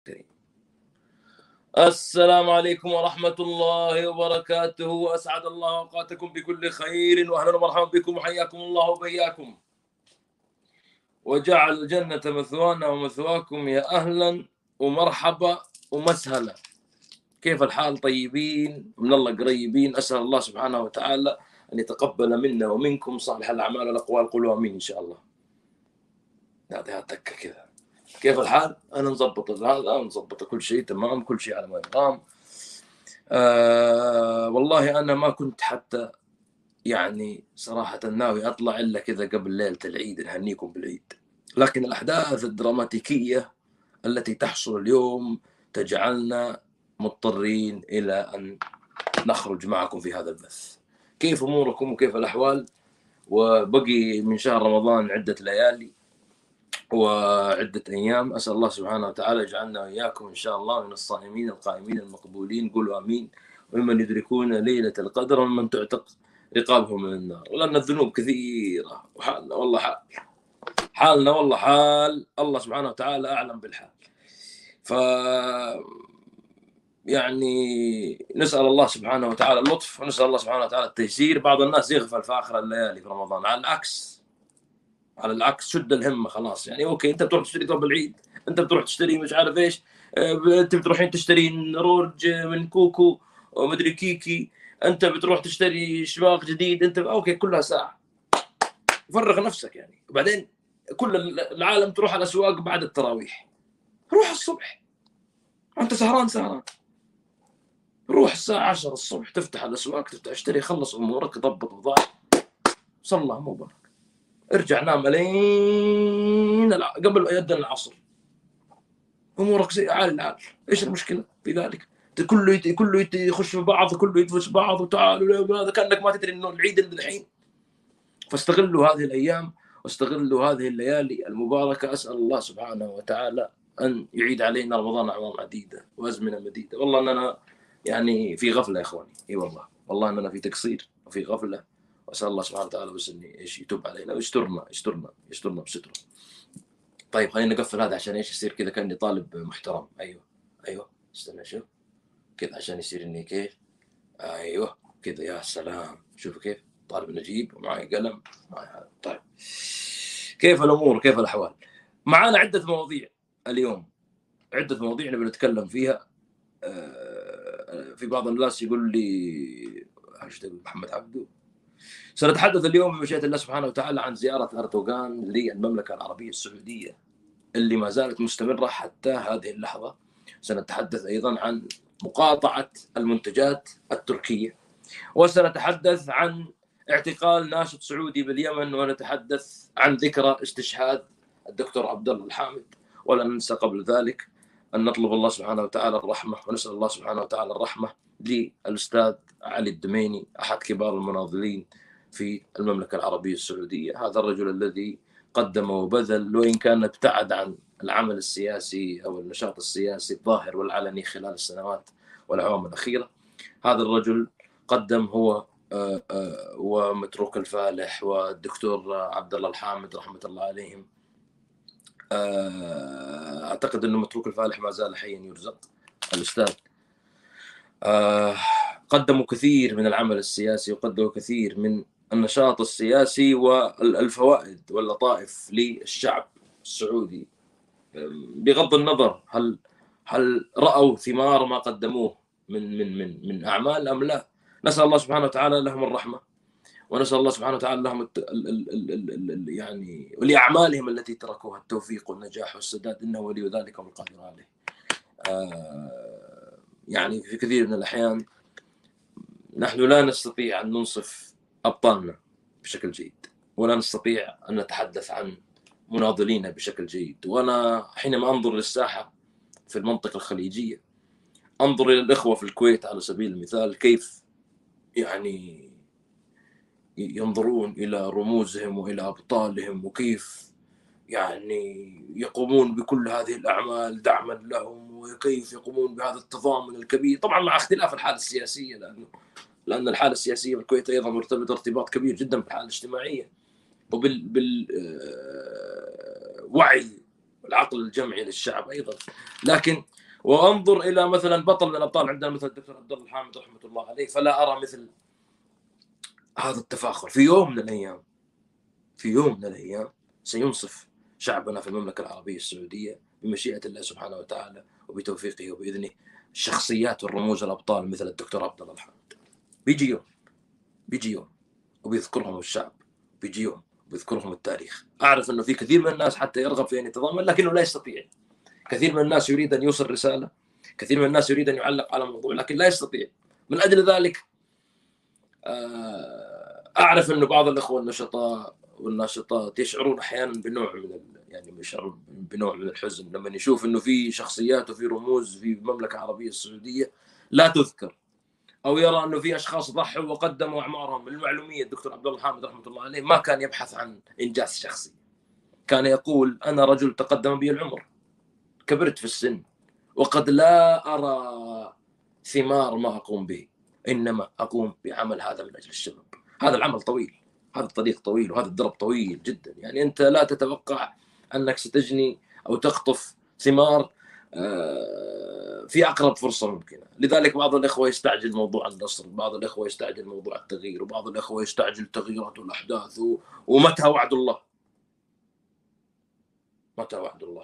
كريم. السلام عليكم ورحمة الله وبركاته، وأسعد الله أوقاتكم بكل خير، وأهلا ومرحبا بكم وحياكم الله وبياكم، وجعل الجنة مثوانا ومثواكم، يا أهلا ومرحبا ومسهلا. كيف الحال؟ طيبين؟ من الله قريبين؟ أسأل الله سبحانه وتعالى أن يتقبل منا ومنكم صالح الأعمال والأقوال. قولوا آمين إن شاء الله. نعطيها تكة كذا. كيف الحال؟ أنا مظبط هذا، مظبط كل شيء تمام، كل شيء على ما يرام. والله أنا ما كنت حتى يعني صراحة ناوي أطلع إلا كذا قبل ليلة العيد نهنيكم بالعيد، لكن الأحداث الدراماتيكية التي تحصل اليوم تجعلنا مضطرين إلى أن نخرج معكم في هذا البث. كيف أموركم وكيف الأحوال؟ وبقي من شهر رمضان عدة ليالي وعدة أيام، أسأل الله سبحانه وتعالى يجعلنا وإياكم إن شاء الله من الصائمين القائمين المقبولين، قولوا آمين، وممن يدركون ليلة القدر ومن تعتق رقابهم من النار. ولأن الذنوب كثيرة وحالنا والله حالنا والله حال الله سبحانه وتعالى أعلم بالحال. ف يعني نسأل الله سبحانه وتعالى اللطف، ونسأل الله سبحانه وتعالى التيسير. بعض الناس يغفل في آخر الليالي في رمضان، على العكس شد الهمه خلاص. يعني اوكي، انت بتروح تشتري ثوب العيد، انت بتروح تشتري مش عارف ايش، انت بتروحين تشتري روج من كوكو ومدري كيكي، انت بتروح تشتري شباك جديد، انت اوكي كلها ساعه. فرغ نفسك يعني. وبعدين كل العالم تروح على الاسواق بعد التراويح، روح الصبح انت سهران، روح الساعه 10 الصبح تفتح الاسواق، تفتح اشتري، خلص امورك، ضبط وضعك، صلى الله مبارك، ارجع نام لين قبل ما يأذن العصر، امورك زي عال. ايش المشكله في ذلك؟ كله يخش في بعض، كله يدفش بعض، وتعالوا هذا كانك ما تدري انه العيد الحين. فاستغلوا هذه الايام واستغلوا هذه الليالي المباركه. اسال الله سبحانه وتعالى ان يعيد علينا رمضان اعوام عديده وازمنه مديده. والله اننا يعني في غفله يا اخواني، اي والله اننا في تقصير وفي غفله، واسال الله سبحانه وتعالى بس اني ايش يتوب علينا ويسترنا بستره. طيب خلينا نقفل هذا عشان ايش يصير كذا كاني طالب محترم. ايوه استنى شوف كذا عشان يصير اني كيف. ايوه كذا، يا سلام، شوفوا كيف طالب نجيب ومعي قلم معي هذا. طيب كيف الامور، كيف الاحوال؟ معانا عده مواضيع اليوم، عده مواضيع نبي نتكلم فيها. في بعض الناس يقول لي محمد عبده. سنتحدث اليوم بمشيئة الله سبحانه وتعالى عن زيارة أردوغان للمملكة العربية السعودية اللي ما زالت مستمرة حتى هذه اللحظة. سنتحدث أيضا عن مقاطعة المنتجات التركية، وسنتحدث عن اعتقال ناشط سعودي باليمن، ونتحدث عن ذكرى استشهاد الدكتور عبد الله الحامد. ولا ننسى قبل ذلك أن نطلب الله سبحانه وتعالى الرحمة، ونسأل الله سبحانه وتعالى الرحمة للأستاذ علي الدميني، أحد كبار المناضلين في المملكة العربية السعودية. هذا الرجل الذي قدم وبذل، وإن كان ابتعد عن العمل السياسي أو النشاط السياسي الظاهر والعلني خلال السنوات والأعوام الأخيرة. هذا الرجل قدم هو ومتروك الفالح والدكتور عبد الله الحامد رحمة الله عليهم. أعتقد أنه متروك الفالح ما زال حيا يرزق، الأستاذ. قدموا كثير من العمل السياسي، وقدموا كثير من النشاط السياسي والفوائد واللطائف للشعب السعودي، بغض النظر هل رأوا ثمار ما قدموه من أعمال أم لا. نسأل الله سبحانه وتعالى لهم الرحمة، ونسأل الله سبحانه وتعالى لهم يعني ولأعمالهم التي تركوها التوفيق والنجاح والسداد، إنه ولي ذلك والقادر عليه. يعني في كثير من الأحيان نحن لا نستطيع أن ننصف أبطالنا بشكل جيد، ولا نستطيع أن نتحدث عن مناضلينا بشكل جيد. وأنا حينما أنظر للساحة في المنطقة الخليجية، أنظر إلى الإخوة في الكويت على سبيل المثال، كيف يعني ينظرون إلى رموزهم وإلى أبطالهم، وكيف يعني يقومون بكل هذه الأعمال دعما لهم، وكيف يقومون بهذا التضامن الكبير، طبعا مع اختلاف الحالة السياسية، لأن الحالة السياسية في الكويت أيضا مرتبطة ارتباط كبير جدا بالحالة الاجتماعية وبالوعي العقل الجمعي للشعب أيضا. لكن وانظر إلى مثلا بطل من الأبطال عندنا مثل الدكتور عبد الله الحامد رحمة الله عليه، فلا أرى مثل هذا التفاخر. في يوم من الأيام سينصف شعبنا في المملكة العربية السعودية بمشيئة الله سبحانه وتعالى وبتوفيقه وبإذنه الشخصيات والرموز الأبطال مثل الدكتور عبد الله الحامد. بيجي يوم وبيذكرهم الشعب، بيجي يوم وبيذكرهم التاريخ. أعرف أنه في كثير من الناس حتى يرغب في أن يتضامن لكنه لا يستطيع. كثير من الناس يريد أن يوصل رسالة، كثير من الناس يريد أن يعلق على موضوع لكن لا يستطيع. من أجل ذلك أعرف أنه بعض الأخوة النشطاء والناشطات يشعرون أحيانا بنوع من يشعرون بنوع من الحزن لما يشوف أنه في شخصيات وفي رموز في المملكة العربية السعودية لا تذكر، أو يرى أنه في أشخاص ضحوا وقدموا أعمارهم. المعلومية الدكتور عبد الله الحامد رحمة الله عليه ما كان يبحث عن إنجاز شخصي، كان يقول أنا رجل تقدم بي العمر، كبرت في السن، وقد لا أرى ثمار ما أقوم به، إنما أقوم بعمل هذا من أجل الشباب. هذا العمل طويل، هذا الطريق طويل، وهذا الدرب طويل جدا. يعني أنت لا تتوقع أنك ستجني أو تقطف ثمار في أقرب فرصة ممكنة. لذلك بعض الإخوة يستعجل موضوع النصر، بعض الإخوة يستعجل موضوع التغيير، وبعض الإخوة يستعجل التغييرات والأحداث. ومتى وعد الله؟ متى وعد الله؟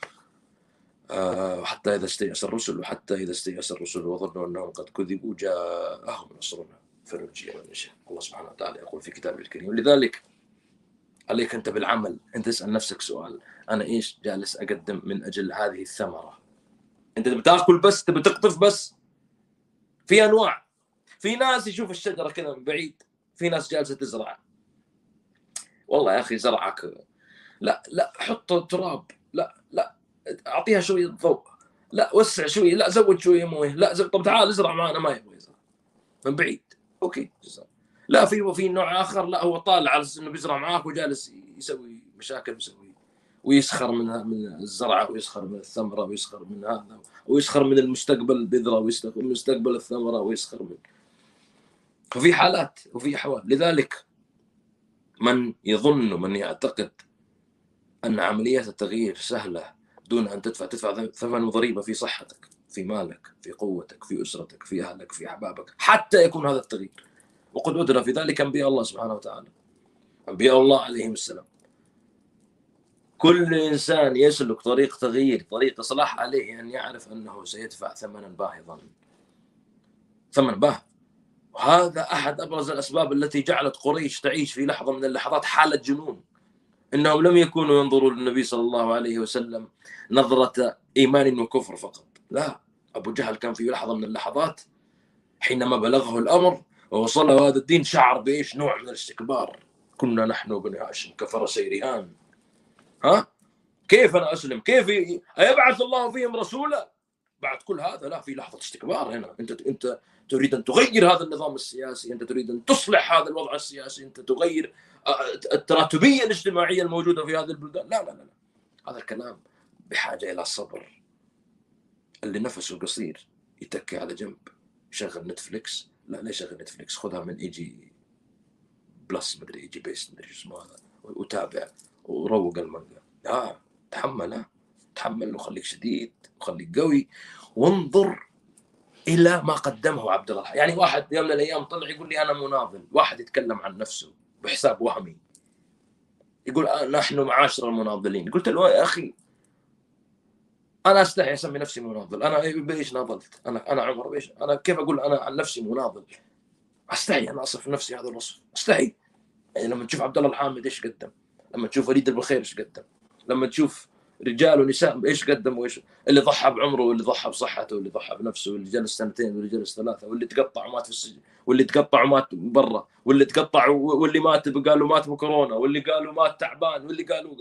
حتى إذا استيأس الرسل وظنوا أنهم قد كذبوا جاءهم نصرنا فنجي من نشاء. الله سبحانه وتعالى يقول في كتابه الكريم. ولذلك عليك أنت بالعمل أن تسأل نفسك سؤال: أنا إيش جالس أقدم من أجل هذه الثمرة؟ أنت بتاكل بس، تبي تقطف بس؟ في أنواع. في ناس يشوف الشجرة كذا من بعيد، في ناس جالسة تزرع. والله يا أخي زرعك لا حط تراب، لا أعطيها شوية ضوء، لا وسع شوية، لا زود شوية مويه، لا طب تعال ازرع معنا. ما يبغى يزرع من بعيد، اوكي جزاك. لا في نوع اخر، لا هو طالع على انه بيزرع معاك وجالس يسوي مشاكل، ويسخر من الزرعه، ويسخر من الثمره، ويسخر من هذا، ويسخر من المستقبل البذره، ويسخر من مستقبل الثمره، ويسخر من. ففي حالات وفي احوال. لذلك من يعتقد ان عمليات التغيير سهله دون ان تدفع ثمن وضريبه في صحتك، في مالك، في قوتك، في أسرتك، في أهلك، في أحبابك، حتى يكون هذا التغيير. وقدوتنا في ذلك أنبياء الله سبحانه وتعالى، أنبياء الله عليهم السلام. كل إنسان يسلك طريق تغيير، طريق إصلاح، عليه أن يعرف أنه سيدفع ثمنا باهظا، ثمن باهظ. وهذا أحد أبرز الأسباب التي جعلت قريش تعيش في لحظة من اللحظات حالة جنون. إنهم لم يكونوا ينظروا للنبي صلى الله عليه وسلم نظرة إيمان وكفر فقط، لا. أبو جهل كان في لحظة من اللحظات حينما بلغه الأمر ووصله هذا الدين شعر بإيش؟ نوع من الاستكبار. كنا نحن بني هاشم كفرسي رهان. كيف أنا أسلم؟ كيف أيبعث الله فيهم رسولا؟ بعد كل هذا لا، في لحظة استكبار هنا. أنت تريد أن تغير هذا النظام السياسي، أنت تريد أن تصلح هذا الوضع السياسي، أنت تغير التراتبية الاجتماعية الموجودة في هذه البلدان. لا، هذا الكلام بحاجة إلى الصبر. اللي نفسه قصير يتكي على جنب، يشغل نتفليكس. لا يشغل نتفليكس، خذها من يجي بلس، مدري يجي بيس، مدري اسمه هذا، وتابع وروق المانجا. تحمل وخليك شديد وخليك قوي، وانظر إلى ما قدمه عبد الله. يعني واحد يوم من الأيام طلع يقول لي أنا مناضل، واحد يتكلم عن نفسه بحساب وهمي يقول نحن معاشر المناضلين. قلت له يا أخي أنا أستحي أسمي نفسي مناضل. أنا بإيش ناضلت؟ أنا عمر بإيش؟ أنا كيف أقول أنا عن نفسي مناضل؟ أستحي أنا أصف نفسي هذا الوصف، أستحي. يعني لما تشوف عبد الله الحامد إيش قدم، لما تشوف وليد البخير إيش قدم، لما تشوف رجال ونساء إيش قدم، وإيش اللي ضحى بعمره، واللي ضحى بصحته، واللي ضحى بنفسه، واللي جلس 2 واللي جلس 3، واللي تقطع ومات في السجن، واللي تقطع ومات برا، واللي تقطع واللي مات قالوا مات بكورونا، واللي قالوا مات تعبان، واللي قالوا.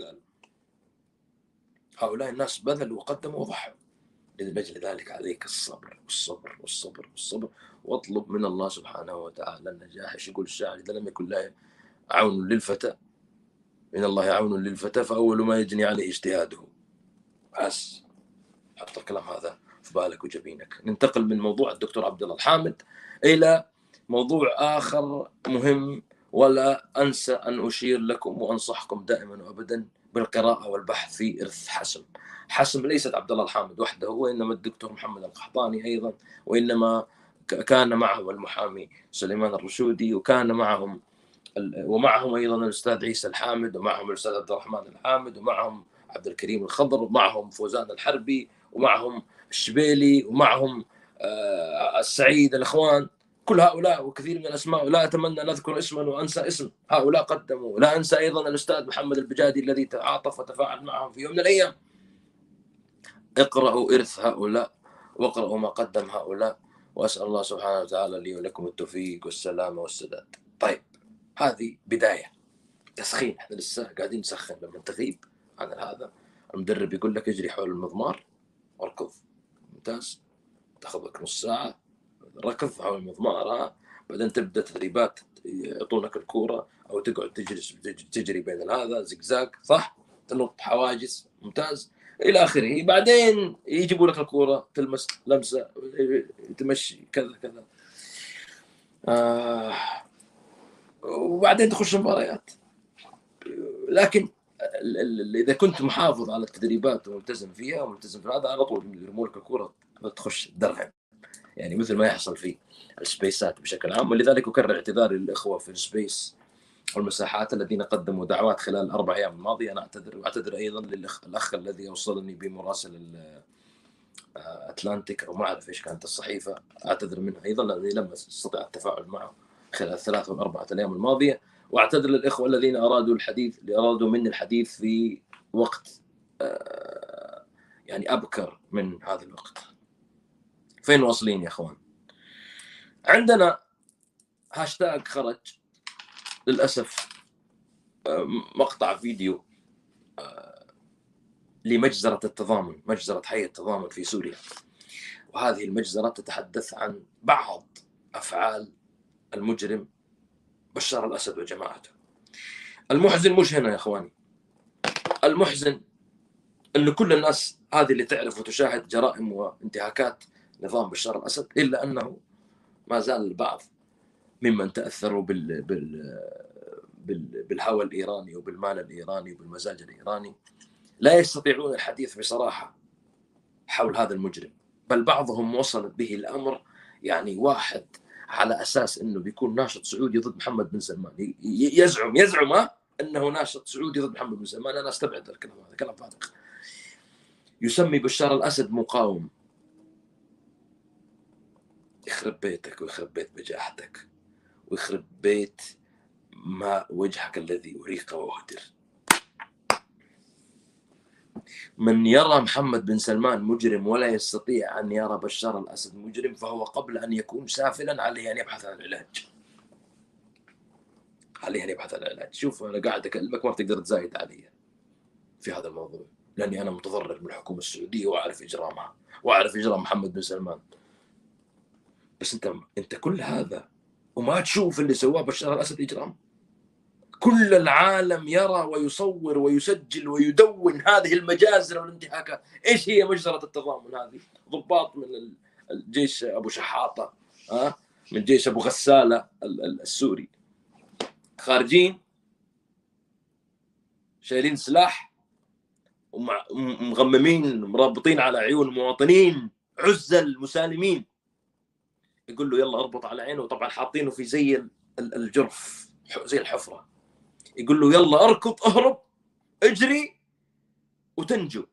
هؤلاء الناس بذلوا وقدموا وضحوا. لأجل ذلك عليك الصبر والصبر والصبر والصبر، واطلب من الله سبحانه وتعالى النجاح. ايش يقول الشاعر؟ إذا لم يكن الله عون للفتى، من الله عون للفتى، فأول ما يجني عليه اجتهاده. بس حط الكلام هذا في بالك وجبينك. ننتقل من موضوع الدكتور عبد الله الحامد إلى موضوع آخر مهم، ولا أنسى أن أشير لكم وأنصحكم دائما وأبدا بالقراءة والبحث في إرث حسم. حسم ليست عبد الله الحامد وحده، وإنما الدكتور محمد القحطاني أيضا، وإنما كان معه المحامي سليمان الرشودي، وكان معهم ومعهم أيضا الأستاذ عيسى الحامد، ومعهم الأستاذ عبد الرحمن الحامد، ومعهم عبد الكريم الخضر، ومعهم فوزان الحربي، ومعهم الشبيلي، ومعهم السعيد الإخوان. كل هؤلاء وكثير من الأسماء، ولا أتمنى أن أذكر اسما وأنسى اسم. هؤلاء قدموا. لا أنسى أيضا الأستاذ محمد البجادي الذي تعاطف وتفاعل معهم في يوم من الأيام. اقرأوا إرث هؤلاء، واقرأوا ما قدم هؤلاء، وأسأل الله سبحانه وتعالى لي ولكم التوفيق والسلامة والسداد. طيب، هذه بداية تسخين. احنا لسه قاعدين نسخن. لما تغيب عن هذا، المدرب يقول لك اجري حول المضمار واركض. ممتاز، تاخذ لك نص ساعة ركض حول المضمار، بعدين تبدا تدريبات، يعطونك الكورة او تقعد تجري بين هذا زقزاق، صح، تنط حواجز، ممتاز، الى اخره. بعدين يجيبوا لك الكورة تلمس لمسة، تمشي كذا كذا، وبعدين تخش المباريات. لكن اذا كنت محافظ على التدريبات وملتزم فيها وملتزم في هذا، على طول يرموا لك الكوره تخش الدرهم، يعني مثل ما يحصل في السبيسات بشكل عام. ولذلك اكرر اعتذاري للاخوه في السبيس والمساحات الذين قدموا دعوات خلال الاربع ايام الماضيه. انا اعتذر، واعتذر ايضا للاخ الذي اوصلني بمراسل اتلانتيك، او ما اعرف ايش كانت الصحيفه، اعتذر منها ايضا لاني لم استطع التفاعل معه خلال الثلاث والاربعه الايام الماضيه. واعتذر للاخوه الذين ارادوا مني الحديث في وقت يعني ابكر من هذا الوقت. فين واصلين يا اخوان؟ عندنا هاشتاج خرج للاسف، مقطع فيديو لمجزرة التضامن، مجزرة حي التضامن في سوريا. وهذه المجزرة تتحدث عن بعض أفعال المجرم بشار الأسد وجماعته. المحزن مش هنا يا إخواني، المحزن أن كل الناس هذه اللي تعرف وتشاهد جرائم وانتهاكات نظام بشار الأسد، إلا أنه ما زال البعض ممن تأثروا بالهوى الإيراني وبالمال الإيراني وبالمزاج الإيراني لا يستطيعون الحديث بصراحة حول هذا المجرم. بل بعضهم وصل به الأمر يعني واحد على أساس أنه بيكون ناشط سعودي ضد محمد بن سلمان، يزعم أنه ناشط سعودي ضد محمد بن سلمان. أنا أستبعد الكلام هذا، كلام فارغ. يسمي بشار الأسد مقاوم. يخرب بيتك ويخرب بيت بجاحتك ويخرب بيت ما وجهك الذي أريق وأهدر. من يرى محمد بن سلمان مجرم ولا يستطيع أن يرى بشار الأسد مجرم، فهو قبل أن يكون سافلا عليه أن يبحث عن العلاج. عليه أن يبحث عن العلاج. شوف، أنا قاعد أكلمك ما بتقدر تزايد علي في هذا الموضوع، لأني أنا متضرر من الحكومة السعودية وأعرف إجرامها وأعرف إجرام محمد بن سلمان. بس أنت كل هذا وما تشوف اللي سواه بشار الأسد إجرام؟ كل العالم يرى ويصور ويسجل ويدون هذه المجازر والانتهاكات. ايش هي مجزرة التضامن هذه؟ ضباط من الجيش ابو شحاطة، من جيش ابو غسالة السوري، خارجين شايلين سلاح ومغممين مرابطين على عيون المواطنين عزل مسالمين. يقول له يلا اربط على عينه، وطبعا حاطينه في زي الجرف، زي الحفرة. يقول له يلا اركض، اهرب، اجري وتنجو.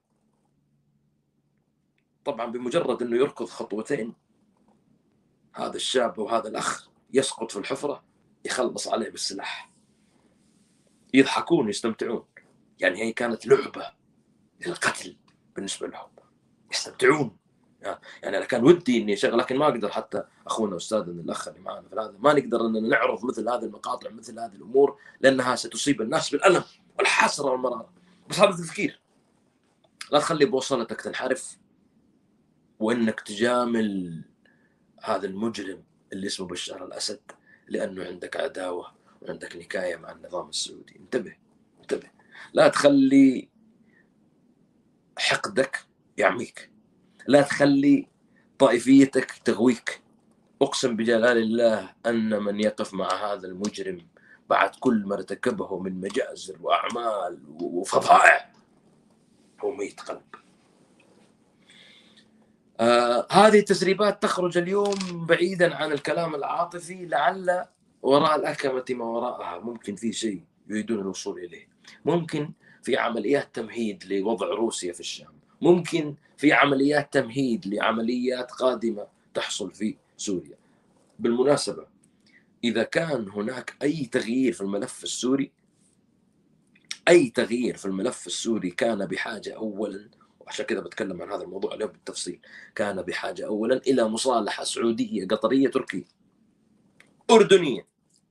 طبعا بمجرد انه يركض خطوتين، هذا الشاب وهذا الاخ يسقط في الحفرة، يخلص عليه بالسلاح. يضحكون يستمتعون، يعني هي كانت لعبة للقتل بالنسبة لهم، يستمتعون. يعني انا كان ودي اني اشغل، لكن ما اقدر. حتى اخونا استاذنا الاخ اللي معنا في هذا، ما نقدر ان نعرض مثل هذه المقاطع، مثل هذه الامور، لانها ستصيب الناس بالالم والحسره والمراره. بس هذا تفكير، لا تخلي بوصلتك تنحرف وانك تجامل هذا المجرم اللي اسمه بشار الاسد، لانه عندك عداوه وعندك نكايه مع النظام السعودي. انتبه انتبه، لا تخلي حقدك يعميك، لا تخلي طائفيتك تغويك. أقسم بجلال الله أن من يقف مع هذا المجرم بعد كل ما ارتكبه من مجازر وأعمال وفظائع هو ميت قلب. هذه التسريبات تخرج اليوم بعيدا عن الكلام العاطفي، لعل وراء الأكمة ما وراءها ممكن في شيء يريدون الوصول إليه. ممكن في عمليات تمهيد لوضع روسيا في الشام، ممكن في عمليات تمهيد لعمليات قادمة تحصل في سوريا. بالمناسبة إذا كان هناك أي تغيير في الملف السوري، أي تغيير في الملف السوري كان بحاجة أولا، وعشان كذا بتكلم عن هذا الموضوع اليوم بالتفصيل، كان بحاجة أولا إلى مصالحة سعودية قطرية تركية أردنية.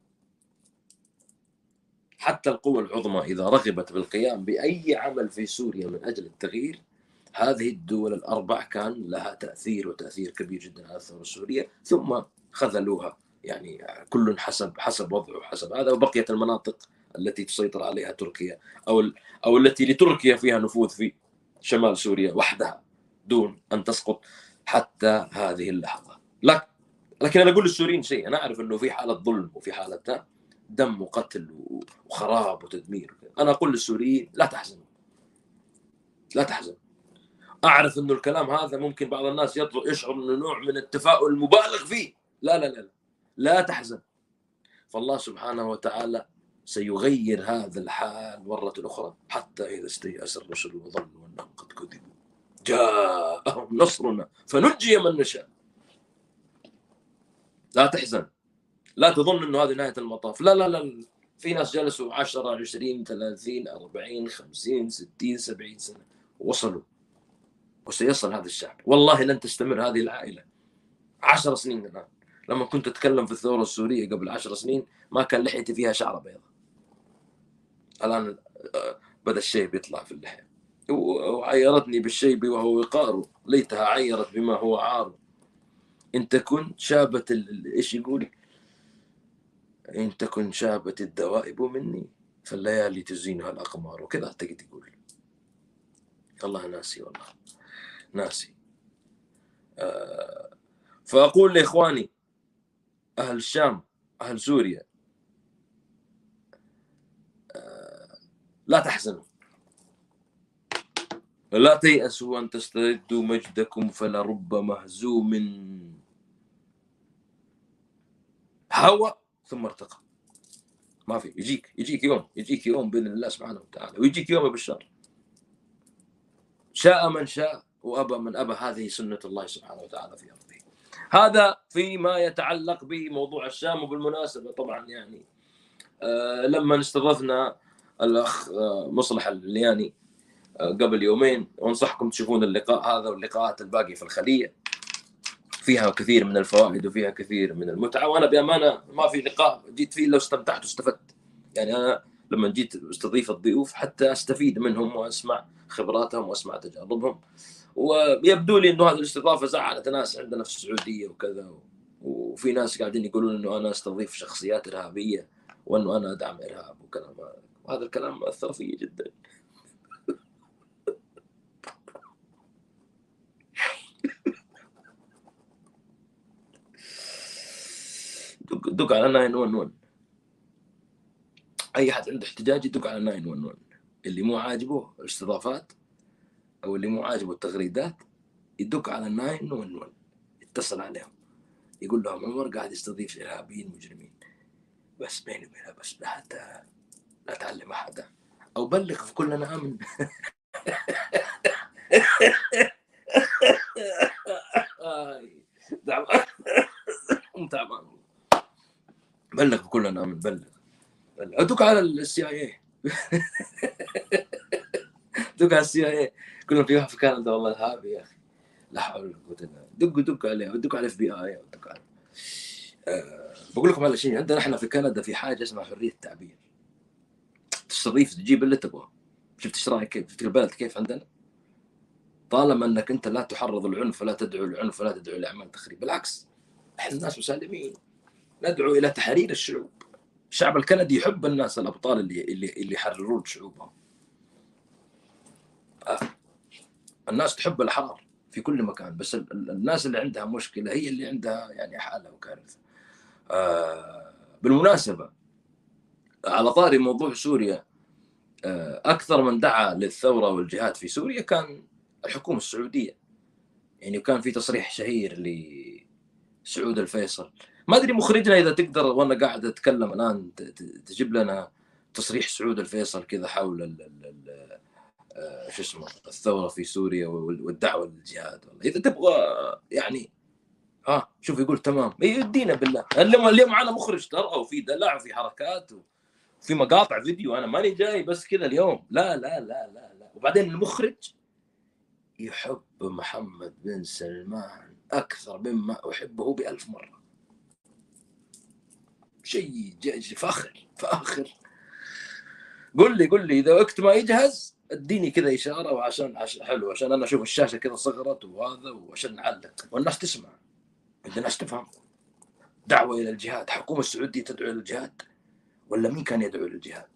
حتى القوى العظمى إذا رغبت بالقيام بأي عمل في سوريا من أجل التغيير، هذه الدول الأربع كان لها تأثير وتأثير كبير جدا على الثورة السورية، ثم خذلوها يعني كل حسب وضعه حسب هذا، وبقيت المناطق التي تسيطر عليها تركيا أو التي لتركيا فيها نفوذ في شمال سوريا وحدها دون أن تسقط حتى هذه اللحظة. لكن أنا أقول للسوريين شيء، أنا أعرف أنه في حالة ظلم وفي حالة دم وقتل وخراب وتدمير. أنا أقول للسوريين لا تحزنوا، لا تحزن. أعرف أنه الكلام هذا ممكن بعض الناس يشعر أنه نوع من التفاؤل مبالغ فيه. لا لا لا لا تحزن، فالله سبحانه وتعالى سيغير هذا الحال مرة أخرى، حتى إذا استيأس الرسل وظنوا أنهم قد كذبوا جاءهم نصرنا فنجي من نشاء. لا تحزن، لا تظن أنه هذه نهاية المطاف. لا لا لا، في ناس جلسوا 10 20 30 40 50 60 70 سنة وصلوا، وسيصل هذا الشعب. والله لن تستمر هذه العائلة 10 سنين. الآن لما كنت أتكلم في الثورة السورية قبل 10 سنين ما كان لحيتي فيها شعرة بيضاء، الآن بدأ الشيب يطلع في اللحية. وعيرتني بالشيب وهو وقار، ليتها عيرت بما هو عار. إن تكن شابت إيش يقول، إن تكن شابت الدوائب مني فالليالي تزينها الأقمار، وكذا أعتقد يقول. الله ناسي، والله ناسي. فأقول لإخواني أهل الشام أهل سوريا، لا تحزنوا، لا تيأسوا أن تستردوا مجدكم، فلرب مهزوم هوى ثم ارتقى. ما في، يجيك يوم بإذن الله سبحانه وتعالى، ويجيك يوم بالشر. شاء من شاء وأبى من أبى، هذه سنة الله سبحانه وتعالى في أرضه. هذا فيما يتعلق بموضوع الشام. وبالمناسبة طبعا يعني لما استضفنا الأخ مصلح اللياني قبل يومين، وانصحكم تشوفون اللقاء هذا واللقاءات الباقية في الخلية، فيها كثير من الفوائد وفيها كثير من المتعة. وأنا بأمانة ما في لقاء جيت فيه إلا استمتعت واستفدت. يعني أنا لما جيت استضيف الضيوف حتى أستفيد منهم وأسمع خبراتهم وأسمع تجاربهم. ويبدو لي إنه هذه الاستضافة زعلت ناس عندنا في السعودية وكذا، وفي ناس قاعدين يقولون إنه أنا أستضيف شخصيات إرهابية وإنه أنا أدعم إرهاب وكلام، وهذا الكلام أثر فيه جدا. دق على 911، اي احد عنده احتجاج يدق على 911. اللي مو عاجبه الاستضافات او اللي مو عاجبه التغريدات يدق على 911، يتصل عليهم يقول لهم عمر قاعد يستضيف ارهابيين مجرمين، بس بيني وبينها بس لا تعلم احد او بلغ في كلنا امن. تعبان. بلغ في كلنا امن، بلغ ادق على السي اي اي. دق على السي اي اي، كلهم في واحد في كندا والله ارهابي يا اخي، لا حول ولا قوه الا بالله. دق عليه، ودق على الاف بي اي، ودق على بقول لكم على شيء، عندنا احنا في كندا في حاجه اسمها حريه التعبير. تستضيف تجيب اللي تبغاه. شفت ايش رايك كيف؟ شفت البلد كيف عندنا؟ طالما انك انت لا تحرض العنف ولا تدعو العنف ولا تدعو لاعمال تخريب، بالعكس احنا الناس مسالمين، ندعو الى تحرير الشعوب. الشعب الكندي يحب الناس الابطال اللي يحررون شعوبهم. الناس تحب الاحرار في كل مكان، بس الناس اللي عندها مشكله هي اللي عندها يعني حاله وكارثه. بالمناسبه على طاري موضوع سوريا، أكثر من دعا للثورة والجهاد في سوريا كان الحكومة السعودية. يعني كان في تصريح شهير لسعود الفيصل، ما أدري مخرجنا إذا تقدر وأنا قاعد أتكلم الآن تجيب لنا تصريح سعود الفيصل كذا حول شو اسمه الثورة في سوريا والدعوة للجهاد. والله إذا تبغى يعني شوف يقول تمام يدينا بالله. اليوم معنا مخرج ترى وفي دلع وفي حركات وفي مقاطع فيديو، انا ماني جاي بس كذا اليوم، لا لا لا لا لا. وبعدين المخرج يحب محمد بن سلمان اكثر مما احبه ب1000 مرة. شيء فاخر فاخر. قل لي اذا وقت ما يجهز اديني كذا اشاره، وعشان حلو عشان انا اشوف الشاشه كذا صغرت وهذا، وعشان نعلق والناس تسمع، الناس تفهم. دعوه الى الجهاد، حكومه السعوديه تدعو الى الجهاد ولا مين كان يدعو للجهاد؟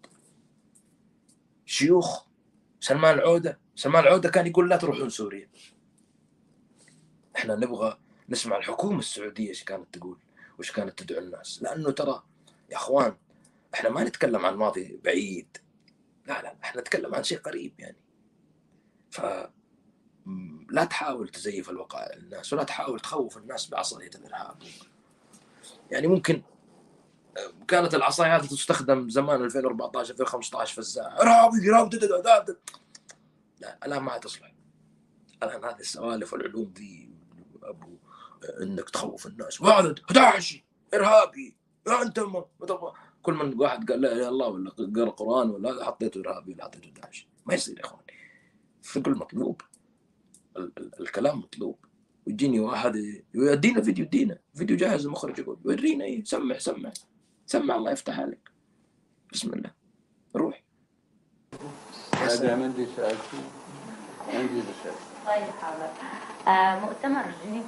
شيوخ سلمان العودة كان يقول لا تروحون سوريا. احنا نبغى نسمع الحكومة السعودية ايش كانت تقول وايش كانت تدعو الناس، لانه ترى يا اخوان احنا ما نتكلم عن ماضي بعيد، لا احنا نتكلم عن شيء قريب يعني. ف لا تحاول تزيف الوقائع للناس، ولا تحاول تخوف الناس بعصاية الارهاب. يعني ممكن كانت العصاية هذه تستخدم زمان 2014 2015 فزاعة، ارهابي لا الان ما تصلح. الان هذه السوالف والعلوم ذي ابو انك تخوف الناس، وهذا 11 ارهابي انت كل من واحد قال لا اله الا الله ولا قرأ قران ولا هذا حطيته ارهابي ولا حطيته 11. ما يصير يا اخواني. الفكر مطلوب، الكلام مطلوب. ويجيني واحد يدينا فيديو جاهز، المخرج يقول ورينا ايه، سمع الله يفتح عليك، بسم الله روح. هذا ما عندي سؤال، عندي رسالة. طيب حاضر. مؤتمر جنيف.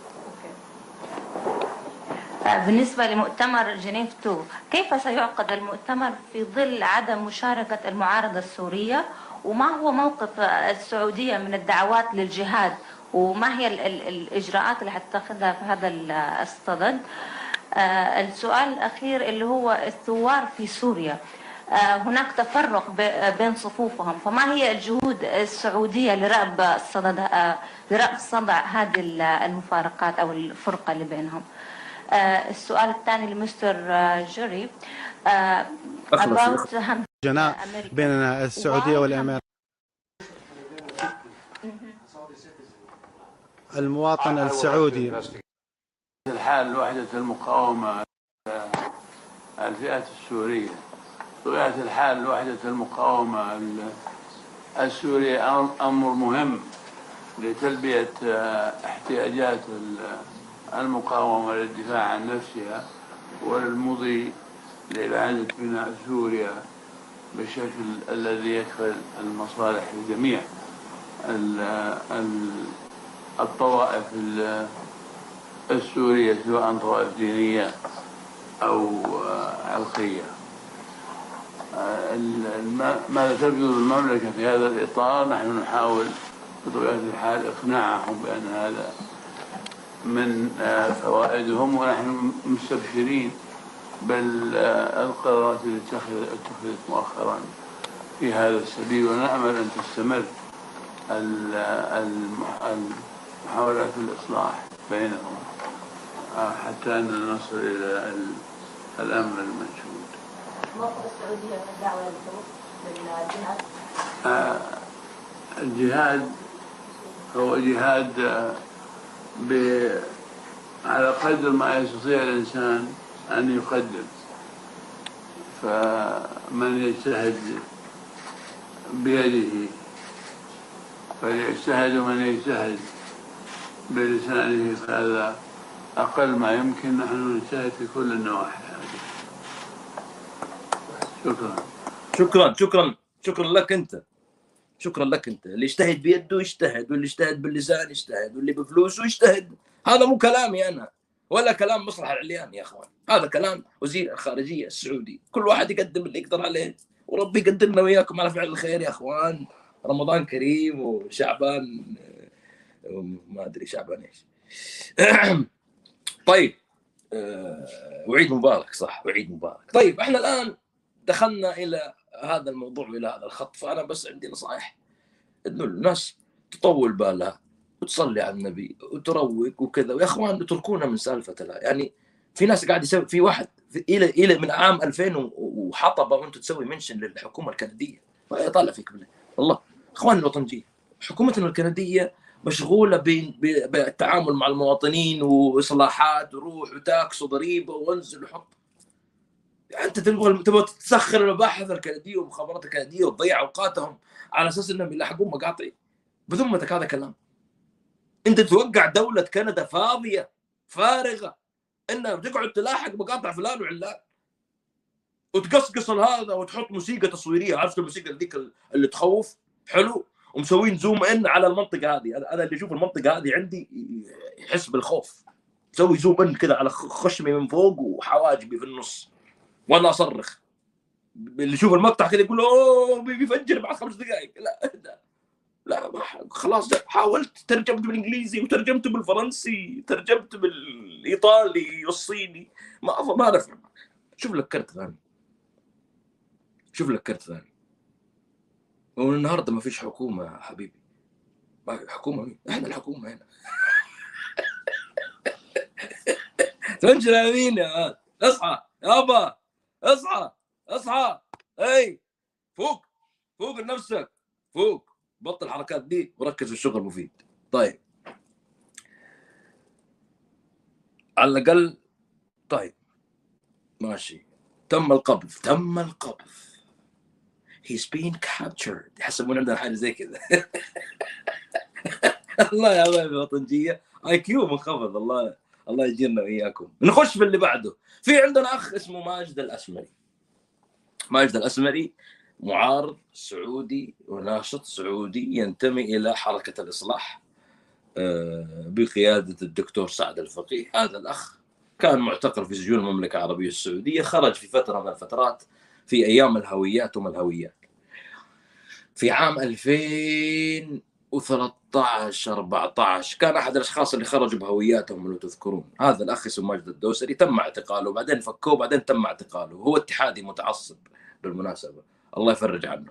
بالنسبة لمؤتمر جنيف 2، كيف سيعقد المؤتمر في ظل عدم مشاركة المعارضة السورية؟ وما هو موقف السعودية من الدعوات للجهاد؟ وما هي الإجراءات اللي حتتخذها في هذا الصدد؟ السؤال الأخير اللي هو الثوار في سوريا، هناك تفرق بين صفوفهم، فما هي الجهود السعودية لرأب صدع هذه المفارقات أو الفرقة اللي بينهم؟ السؤال الثاني لمستر جوري، جناء بين السعودية والإمارات. المواطن السعودي الحال وحدة المقاومة الفئات السورية، طبيعة الحال وحدة المقاومة السورية أمر مهم لتلبية احتياجات المقاومة للدفاع عن نفسها والمضي لإعادة بناء سوريا بالشكل الذي يكفل المصالح لجميع الطوائف السورية، سواء طوائف دينية أو عرقية. ماذا تبذل المملكة في هذا الإطار؟ نحن نحاول بطبيعة الحال إقناعهم بأن هذا من فوائدهم، ونحن مستبشرين بالقرارات التي اتخذت مؤخرا في هذا السبيل، ونأمل أن تستمر محاولات الإصلاح بينهم حتى أن نصل إلى الأمن المنشود. موقف السعودية من الدعوة للجهاد؟ الجهاد هو جهاد على قدر ما يستطيع الإنسان أن يقدم، فمن يجتهد بيده فليجتهد، ومن يجتهد بلسانه فهذا أقل ما يمكن. نحن نجتهد في كل النواحي. شكرا لك انت، شكرا لك انت. اللي يجتهد بيده يجتهد، واللي يجتهد باللسان يجتهد، واللي بفلوسه يجتهد. هذا مو كلامي انا ولا كلام مصلح العليان يا اخوان، هذا كلام وزير الخارجيه السعودي. كل واحد يقدم اللي يقدر عليه، وربي يقدرنا وياكم على فعل الخير يا اخوان. رمضان كريم وشعبان، ما ادري شعبان ايش. طيب وعيد مبارك، صح، وعيد مبارك. طيب احنا الان دخلنا الى هذا الموضوع والى هذا الخط، فانا بس عندي نصائح انه الناس تطول بالها وتصلي على النبي وتروق وكذا. ويا اخوان اتركونا من سالفه يعني في ناس قاعد يسوي، في واحد الى من عام 2000 وحطبه وانتم تسوي منشن للحكومه الكنديه. طالع فيك بالله والله. اخوان الوطنيين حكومتنا الكنديه مشغوله بالتعامل مع المواطنين واصلاحات، وروح وتاكس وضريبه وانزل وحط. انت تبغى تسخر المباحث الكنديه والمخابرات الكنديه وتضيع اوقاتهم على اساس انهم يلاحقون مقاطع؟ بذمتك هذا كلام؟ انت توقع دوله كندا فاضيه فارغه انها بتقعد تلاحق مقاطع فلان وعلان وتقصقص هذا وتحط موسيقى تصويريه، عرفت الموسيقى ذيك اللي تخوف؟ حلو. ومسوين زوم ان على المنطقه هذه. انا اللي يشوف المنطقه هذه عندي يحس بالخوف. مسوي زوم ان كذا على خشمي من فوق وحواجبي في النص وانا اصرخ. اللي يشوف المقطع كذا يقول اوه بيفجر بعد 5 دقائق. لا لا خلاص. حاولت ترجمت بالانجليزي وترجمت بالفرنسي، ترجمت بالايطالي والصيني، ما نفع. شوف لك كرت ثاني، شوف لك كرت ثاني. ومن النهارده ما فيش حكومه يا حبيبي. حكومه مين؟ احنا الحكومه هنا. تنجل يمين يا اصحى يابا، اصحى اي فوق لنفسك، فوق، بطل الحركات دي وركز في الشغل المفيد. طيب على الاقل طيب ماشي، تم القبض he's been captured. يحسبون عندنا حاجه زي كذا. الله يا حبايبي وطنجيه اي كيو منخفض. الله يجيرنا واياكم. نخش في اللي بعده. في عندنا اخ اسمه ماجد الاسمري، معارض سعودي وناشط سعودي ينتمي الى حركه الاصلاح بقياده الدكتور سعد الفقيه. هذا الاخ كان معتقل في سجون المملكه العربيه السعوديه، خرج في فتره من الفترات في ايام الهويات في عام 2013 14 كان احد الاشخاص اللي خرجوا بهوياتهم لو تذكرون. هذا الاخ اسمه ماجد الدوسري، تم اعتقاله وبعدين فكوه وبعدين تم اعتقاله. هو اتحادي متعصب بالمناسبه، الله يفرج عنه.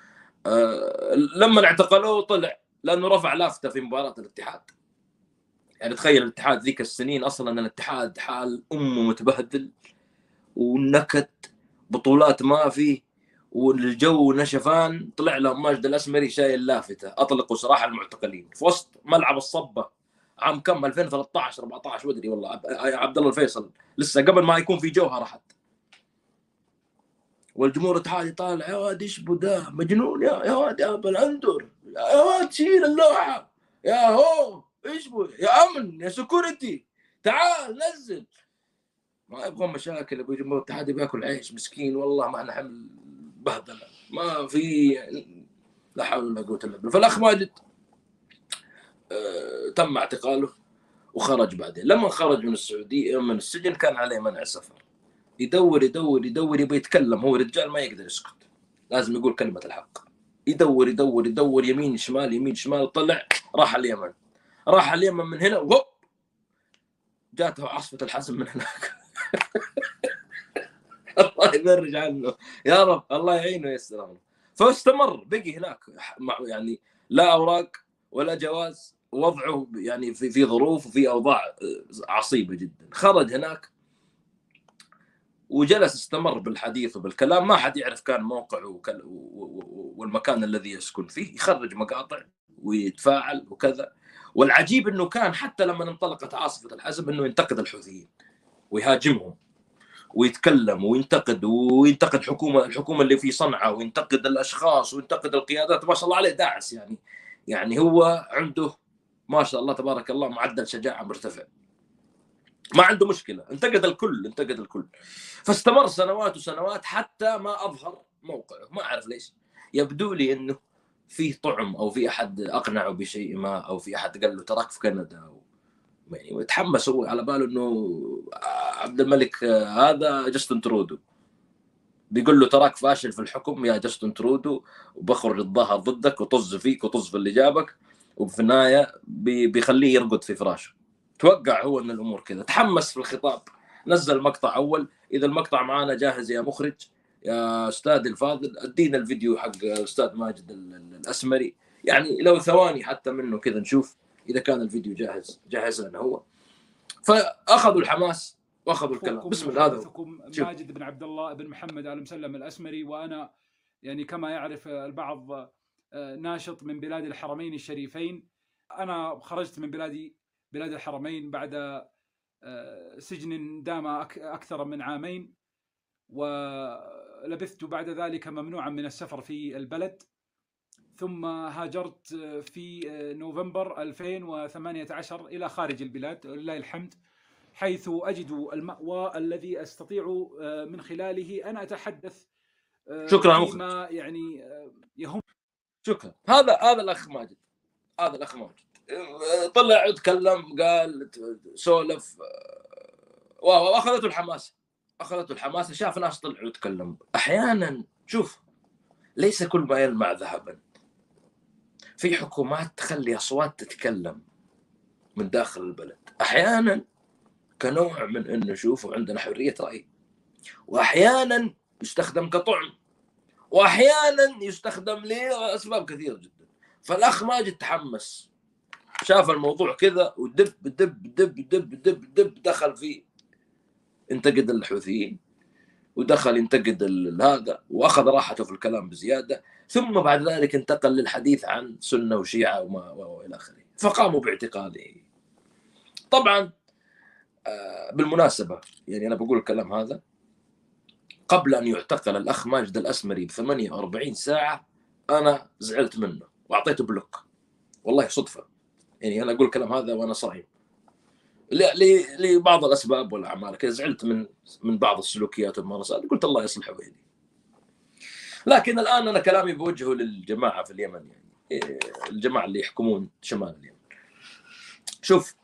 لما اعتقلوه طلع لانه رفع لافته في مباراه الاتحاد. يعني تخيل الاتحاد ذيك السنين اصلا الاتحاد حال امه متبهدل ونكد، بطولات ما في، والجو نشفان. طلع لهم ماجد الاسمري شايل لافته اطلقوا سراح المعتقلين في وسط ملعب الصبه عام كم 2013 14 ودري والله. عبد الله الفيصل لسه قبل ما يكون في جوهره حتى. والجمهور الاتحادي طالع يا واد ايش بدا مجنون يا واد يا بلندر، يا واد شيل اللوحه، يا هو ايش بو يا امن يا سكورتي تعال نزل. ما يبغون مشاكل. ابو الجمهور الاتحادي بياكل عيش مسكين والله. ما نحمل بهدله ما في، لا حول ولا قوه الا بالله. فالاخ ماجد تم اعتقاله وخرج. بعدين لما خرج من السعوديه من السجن كان عليه منع سفر. يدور يبي يتكلم. هو رجال ما يقدر يسكت، لازم يقول كلمه الحق. يدور يمين شمال. طلع راح اليمن من هنا وهوب جاته عاصفه الحزم من هناك. الله يفرج عنه يا رب، الله يعينه وييسر امره. فاستمر بقي هناك يعني لا اوراق ولا جواز، وضعه يعني في ظروف وفي اوضاع عصيبه جدا. خرج هناك وجلس استمر بالحديث وبالكلام. ما حد يعرف كان موقعه والمكان الذي يسكن فيه. يخرج مقاطع ويتفاعل وكذا. والعجيب انه كان حتى لما انطلقت عاصفه الحزم انه ينتقد الحوثيين ويهاجمهم ويتكلم وينتقد الحكومه اللي في صنعاء، وينتقد الاشخاص وينتقد القيادات. ما شاء الله عليه داعس يعني هو عنده ما شاء الله تبارك الله معدل شجاعه مرتفع. ما عنده مشكله. انتقد الكل. فاستمر سنوات حتى ما اظهر موقعه. ما اعرف ليش. يبدو لي انه فيه طعم او في احد اقنعه بشيء ما، او في احد قال له تراك في كندا يعني ويتحمس هو على باله انه عبد الملك هذا جاستن ترودو بيقول له تراك فاشل في الحكم يا جاستن ترودو، وبخرج الظهر ضدك وطز فيك وطز في اللي جابك، وفي النهايه بيخليه يرقد في فراشه. توقع هو ان الامور كذا. تحمس في الخطاب، نزل مقطع اول. اذا المقطع معانا جاهز يا مخرج يا استاذ الفاضل ادينا الفيديو حق الاستاذ ماجد الاسمري، يعني لو ثواني حتى منه كذا نشوف اذا كان الفيديو جاهز لنا هو. فاخذوا الحماس واخذوا الكلام. بسم الله. هذا ماجد بن عبد الله بن محمد آل مسلم الأسمري، وأنا يعني كما يعرف البعض ناشط من بلاد الحرمين الشريفين. أنا خرجت من بلاد الحرمين بعد سجن دام أكثر من عامين، ولبثت بعد ذلك ممنوعا من السفر في البلد، ثم هاجرت في نوفمبر 2018 إلى خارج البلاد ولله الحمد، حيث أجد المأوى الذي أستطيع من خلاله أن أتحدث شكرا فيما يعني يهم. شكرا. هذا الأخ ماجد، هذا الأخ ماجد طلع يتكلم، قال سولف واخذته الحماسه، شاف ناس طلعوا يتكلموا. احيانا شوف، ليس كل ما يلمع ذهبا. في حكومات تخلي اصوات تتكلم من داخل البلد، احيانا كنوع من انه نشوف عندنا حريه راي، واحيانا يستخدم كطعم، واحيانا يستخدم لاسباب كثيره جدا. فالاخ ماجد تحمس، شاف الموضوع كذا ودب دب دب دب دب دب، دخل فيه انتقد الحوثيين، ودخل ينتقد هذا، واخذ راحته في الكلام بزياده، ثم بعد ذلك انتقل للحديث عن سنه وشيعه والى اخره، فقاموا باعتقاله. طبعا بالمناسبه يعني انا بقول الكلام هذا قبل ان يعتقل الاخ ماجد الاسمري ب 48 ساعه، انا زعلت منه واعطيته بلوك، والله صدفه. يعني انا اقول الكلام هذا وانا صايم لبعض الاسباب والاعمال كذا، زعلت من بعض السلوكيات والممارسات، قلت الله يصلح ويهدي. لكن الان انا كلامي بوجهه للجماعه في اليمن، يعني الجماعه اللي يحكمون شمال اليمن. شوف،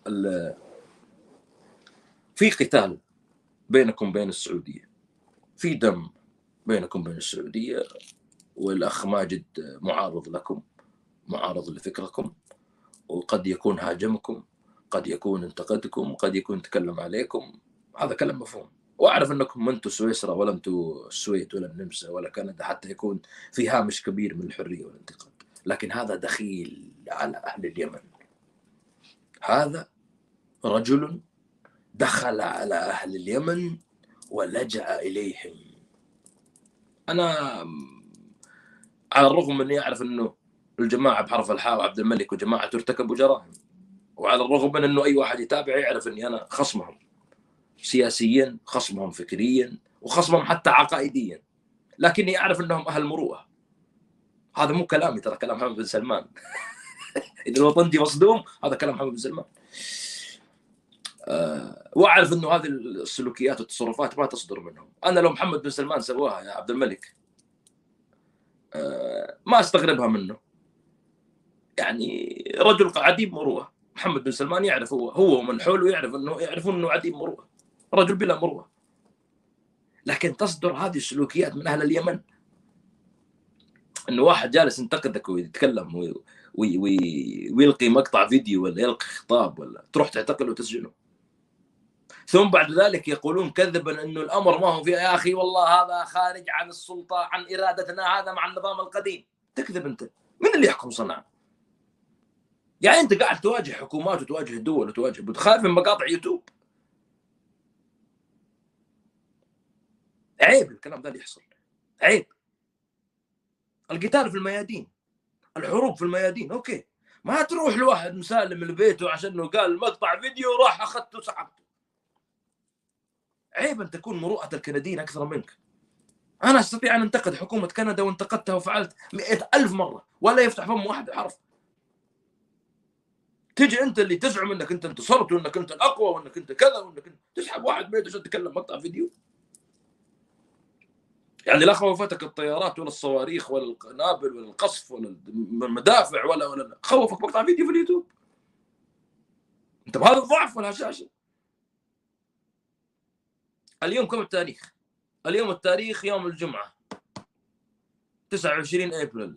في قتال بينكم بين السعوديه، في دم بينكم بين السعوديه، والاخ ماجد معارض لكم، معارض لفكركم، وقد يكون هاجمكم، قد يكون انتقدكم، قد يكون تكلم عليكم. هذا كلام مفهوم، واعرف انكم ما انتم سويسرا ولا انتم السويد ولا النمسا ولا كندا حتى يكون في هامش كبير من الحريه والانتقاد. لكن هذا دخيل على اهل اليمن، هذا رجل دخل على اهل اليمن ولجأ اليهم. انا على الرغم من اني اعرف انه الجماعه بحرف الحاء وعبد الملك وجماعه ارتكبوا جرائم، وعلى الرغم من انه اي واحد يتابع يعرف اني انا خصمهم سياسيا، خصمهم فكريا، وخصمهم حتى عقائديا، لكني اعرف انهم اهل مروءه. هذا مو كلامي، ترى كلام محمد بن سلمان. اذا الوطني مصدوم، هذا كلام محمد بن سلمان. واعرف انه هذه السلوكيات والتصرفات ما تصدر منهم. انا لو محمد بن سلمان سواها يا عبد الملك ما استغربها منه، يعني رجل عديم مروءه. محمد بن سلمان يعرف، هو ومن حوله يعرفون انه عديم مروءه، رجل بلا مروءه. لكن تصدر هذه السلوكيات من اهل اليمن، انه واحد جالس ينتقدك ويتكلم ويلقي مقطع فيديو ولا يلقي خطاب، ولا تروح تعتقله وتسجنه، ثم بعد ذلك يقولون كذبا انه الامر ما هو فيه. يا اخي والله هذا خارج عن السلطه، عن ارادتنا، هذا مع النظام القديم. تكذب انت. من اللي يحكم صنعاء؟ يعني انت قاعد تواجه حكومات وتواجه دول وتواجه، خايف من مقاطع يوتيوب. عيب الكلام ده اللي يحصل، عيب. القتال في الميادين، الحروب في الميادين، اوكي. ما تروح لواحد مسالم لبيته عشان انه قال مقطع فيديو راح اخذته وسحبته. عيب ان تكون مروءة الكنديين اكثر منك. انا استطيع ان انتقد حكومة كندا، وانتقدتها وفعلت 100,000 مرة ولا يفتح فم واحد حرف. تجي انت اللي تزعم انك انت انتصرت وانك انت الاقوى وانك انت كذا وانك انت تسحب واحد بيته عشان تتكلم مقطع فيديو. يعني لا خوفتك الطيارات ولا الصواريخ ولا القنابل ولا القصف ولا المدافع ولا خوفك مقطع فيديو في اليوتيوب. انت بهذا الضعف والهشاشه. اليوم كم التاريخ؟ اليوم التاريخ يوم الجمعه 29 ابريل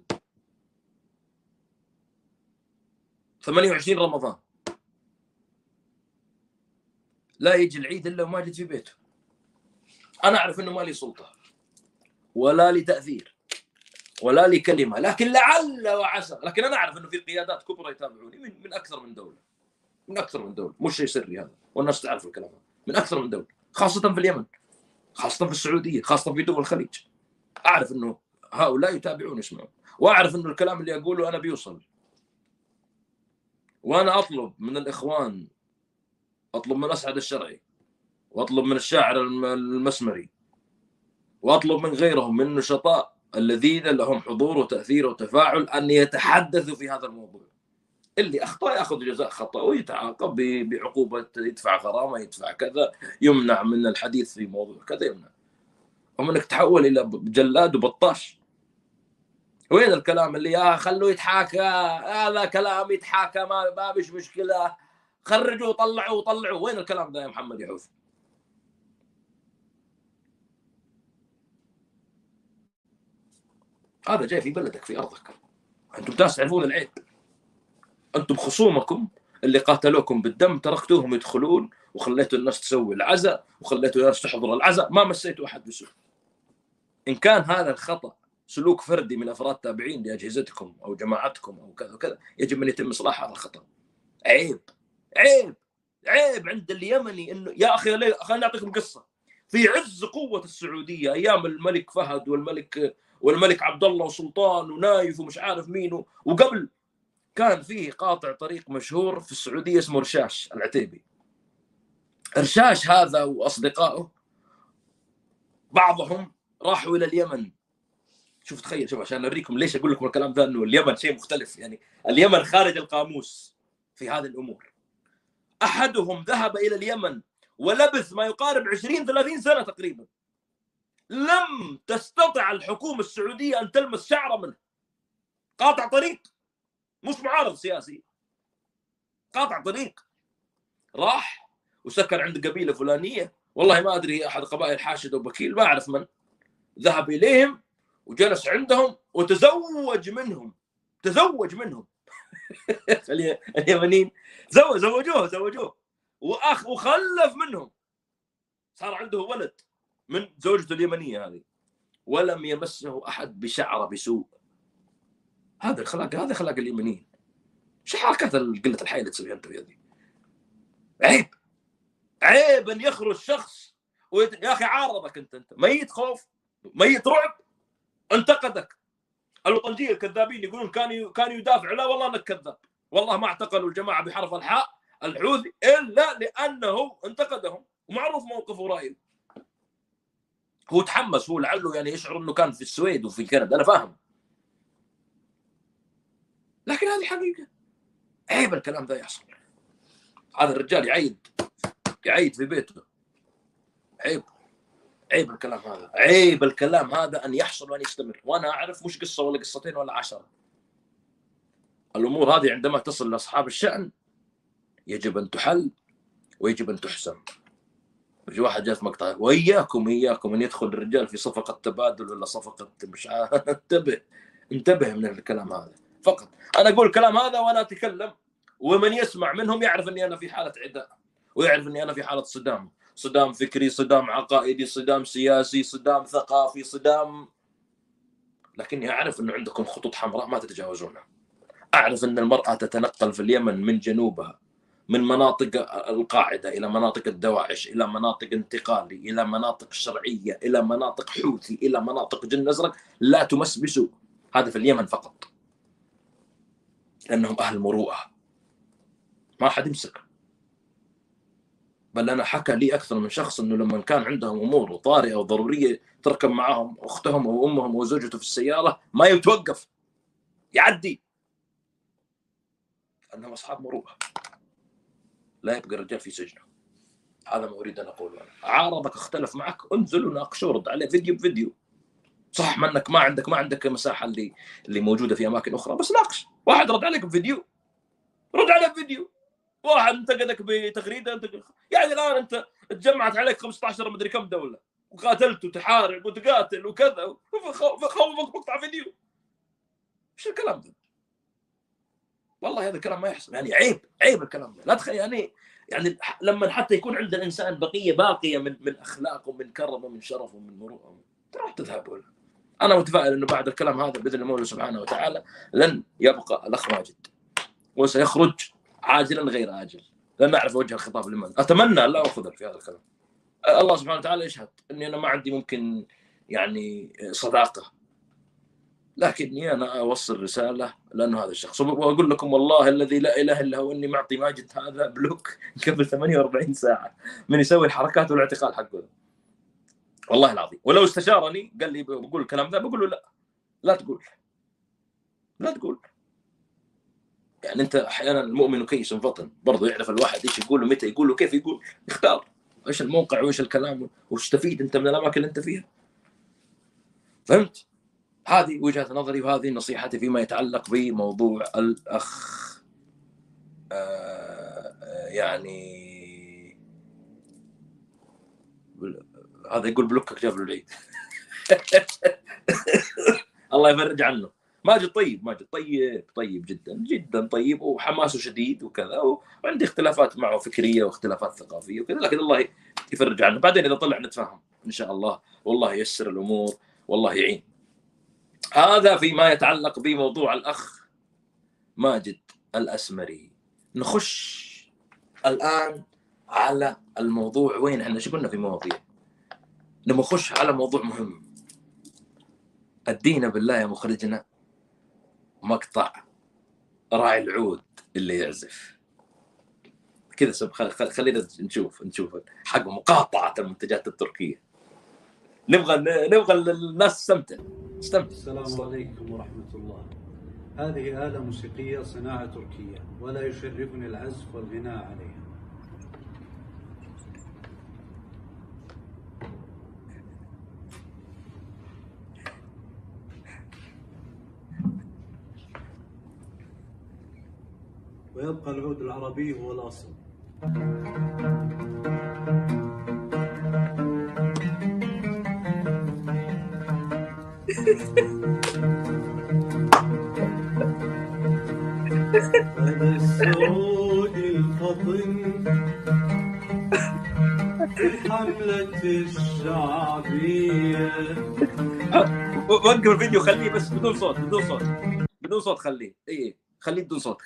28 رمضان. لا يجي العيد الا وماجد في بيته. انا اعرف انه ما لي سلطه، ولا لتأثير ولا لكلمة، لكن لعل وعسى. لكن أنا أعرف أنه في قيادات كبرى يتابعوني من أكثر من دولة، من أكثر من دولة، مش شيء سري هذا، والناس تعرف الكلام هذا، من أكثر من دولة، خاصة في اليمن، خاصة في السعودية، خاصة في دول الخليج. أعرف أنه هؤلاء يتابعون يسمعون، وأعرف أنه الكلام اللي أقوله أنا بيوصل. وأنا أطلب من الإخوان، أطلب من أسعد الشرعي، وأطلب من الشاعر المسمري، وأطلب من غيرهم من النشطاء الذين لهم حضور وتأثير وتفاعل أن يتحدثوا في هذا الموضوع. اللي أخطأ يأخذ جزاء خطأ ويتعاقب بعقوبة، يدفع غرامة، يدفع كذا، يمنع من الحديث في موضوع كذا، يمنع. هم انك تحول الى جلاد وبطاش. وين الكلام اللي خلوه يتحاكى، هذا كلام يتحاكى، ما بيش مشكله، خرجوا وطلعوا. وين الكلام ده يا محمد يا حوثي؟ هذا جاي في بلدك، في ارضك، انتم تعرفون العيب. انتم خصومكم اللي قاتلوكم بالدم تركتوهم يدخلون، وخليتوا الناس تسوي العزاء، وخليتوا الناس تحضر العزاء، ما مسيتوا احد بسوء. ان كان هذا الخطأ سلوك فردي من افراد تابعين لاجهزتكم او جماعتكم او كذا وكذا، يجب ان يتم اصلاح هذا الخطأ. عيب عيب عيب عند اليمني انه يا اخي. خليني اعطيكم قصه. في عز قوه السعوديه ايام الملك فهد والملك عبد الله وسلطان ونايف ومش عارف مين، وقبل كان فيه قاطع طريق مشهور في السعوديه اسمه رشاش العتيبي. رشاش هذا واصدقائه بعضهم راحوا الى اليمن. شوف تخيل، شوف عشان اوريكم ليش اقول لكم الكلام ذا، انه اليمن شيء مختلف. يعني اليمن خارج القاموس في هذه الامور. احدهم ذهب الى اليمن ولبث ما يقارب 20-30 سنه تقريبا، لم تستطع الحكومه السعوديه ان تلمس شعره منه. قاطع طريق، مش معارض سياسي، قاطع طريق. راح وسكن عند قبيله فلانيه، والله ما ادري احد قبائل حاشد وبكيل، ما اعرف من. ذهب اليهم وجلس عندهم وتزوج منهم. اليمنيين زوجوه وخلف منهم، صار عنده ولد من زوجته اليمنيه هذه، ولم يمسه احد بشعره بسوء. هذا الاخلاق، هذا اخلاق اليمنيين. شو حركات قله الحياه اللي تسويها انت في هذه؟ عيب ان يخرج شخص يا اخي عارضك، انت ميت خوف، ميت رعب، انتقدك. الوطنجيه الكذابين يقولون كان يدافع، لا والله انك كذاب، والله ما اعتقلوا الجماعه بحرف الحاء الحوثي الا لانه انتقدهم، ومعروف موقفه ورايه. هو تحمس، هو لعله يعني يشعر انه كان في السويد وفي كندا، انا فاهم، لكن هذه حقيقه. عيب الكلام ذا يحصل. هذا الرجال يعيد في بيته. عيب الكلام هذا، عيب الكلام هذا ان يحصل وان يستمر. وانا اعرف مش قصه ولا قصتين ولا 10. الامور هذه عندما تصل لاصحاب الشأن يجب ان تحل ويجب ان تحسم. يجي واحد جاء في مقطع واياكم ان يدخل الرجال في صفقه تبادل ولا صفقه مش عارف. انتبه من الكلام هذا فقط. انا اقول الكلام هذا وانا اتكلم، ومن يسمع منهم يعرف اني انا في حاله عداء، ويعرف اني انا في حاله صدام فكري، صدام عقائدي، صدام سياسي، صدام ثقافي، صدام. لكني اعرف انه عندكم خطوط حمراء ما تتجاوزونها. اعرف ان المراه تتنقل في اليمن من جنوبها، من مناطق القاعده الى مناطق الدواعش، الى مناطق انتقالي، الى مناطق شرعيه، الى مناطق حوثي، الى مناطق جن ازرق، لا تمس بسوء. هذا في اليمن فقط، لانهم اهل مروءه، ما حد يمسك. بل انا حكى لي اكثر من شخص انه لما كان عندهم امور طارئه وضروريه تركب معهم اختهم او امهم او زوجته في السياره، ما يتوقف، يعدي، انهم اصحاب مروءه. لا يبقى الرجال في سجنه. هذا ما اريد ان اقوله. انا عارضك، اختلف معك، انزل وناقشه، رد عليه فيديو بفيديو. صح منك ما عندك مساحه اللي موجوده في اماكن اخرى، بس ناقش. واحد رد عليك بفيديو، رد عليه بفيديو. واحد انتقدك بتغريده، يعني الان انت تجمعت عليك 15 مدري كم دوله، وقاتلت وتحارب وتقاتل وكذا، خوفك مقطع فيديو. ايش الكلام ده؟ والله هذا الكلام ما يحصل. يعني عيب الكلام ده. لا تخيل يعني لما حتى يكون عند الانسان بقيه باقيه من اخلاق ومن كرم ومن شرف ومن مروءه، تروح تذهب انا متفائل انه بعد الكلام هذا باذن المولى سبحانه وتعالى لن يبقى الاخ ماجد، وسيخرج عاجلا غير آجل، لن نعرف وجه الخطاب لمن. اتمنى لا اخذل في هذا الكلام. الله سبحانه وتعالى يشهد اني انا ما عندي ممكن يعني صداقه، لكني انا اوصل رساله لانه هذا الشخص، واقول لكم والله الذي لا اله الا هو اني معطي ماجد هذا بلوك قبل 48 ساعه من يسوي الحركات والاعتقال حقه، والله العظيم. ولو استشارني قال لي بقول الكلام ذا، بقول له لا، لا تقول، لا تقول. يعني انت احيانا المؤمن كيس فطن، برضه يعرف الواحد ايش يقول ومتى يقول وكيف يقول، يختار ايش الموقع وايش الكلام وش تستفيد انت من الاماكن اللي انت فيها. فهمت؟ هذه وجهة نظري وهذه نصيحتي فيما يتعلق بموضوع الأخ. يعني هذا يقول بلوكك جاب له العيد. الله يفرج عنه. ماجد طيب، ماجد طيب، طيب جدا جدا طيب، وحماسه شديد وكذا، وعندي اختلافات معه فكرية واختلافات ثقافية وكذا، لكن الله يفرج عنه. بعدين إذا طلع نتفاهم إن شاء الله، والله ييسر الأمور والله يعين. هذا فيما يتعلق بموضوع الأخ ماجد الأسمري. نخش الآن على الموضوع. وين احنا شو قلنا في مواضيع؟ لما نخش على موضوع مهم. ادينا بالله يا مخرجنا مقطع راعي العود اللي يعزف كذا. خلينا نشوف حق مقاطعة المنتجات التركية. نبغى الناس تستمتع. السلام عليكم ورحمة الله. هذه آلة موسيقية صناعة تركية، ولا يشرفني العزف والغناء عليها. ويبقى العود العربي هو الأصل. هذا السعود الفطن في الحملة الشعبية. وقف الفيديو خليه بس بدون صوت، بدون صوت خليه. خليه بدون صوت.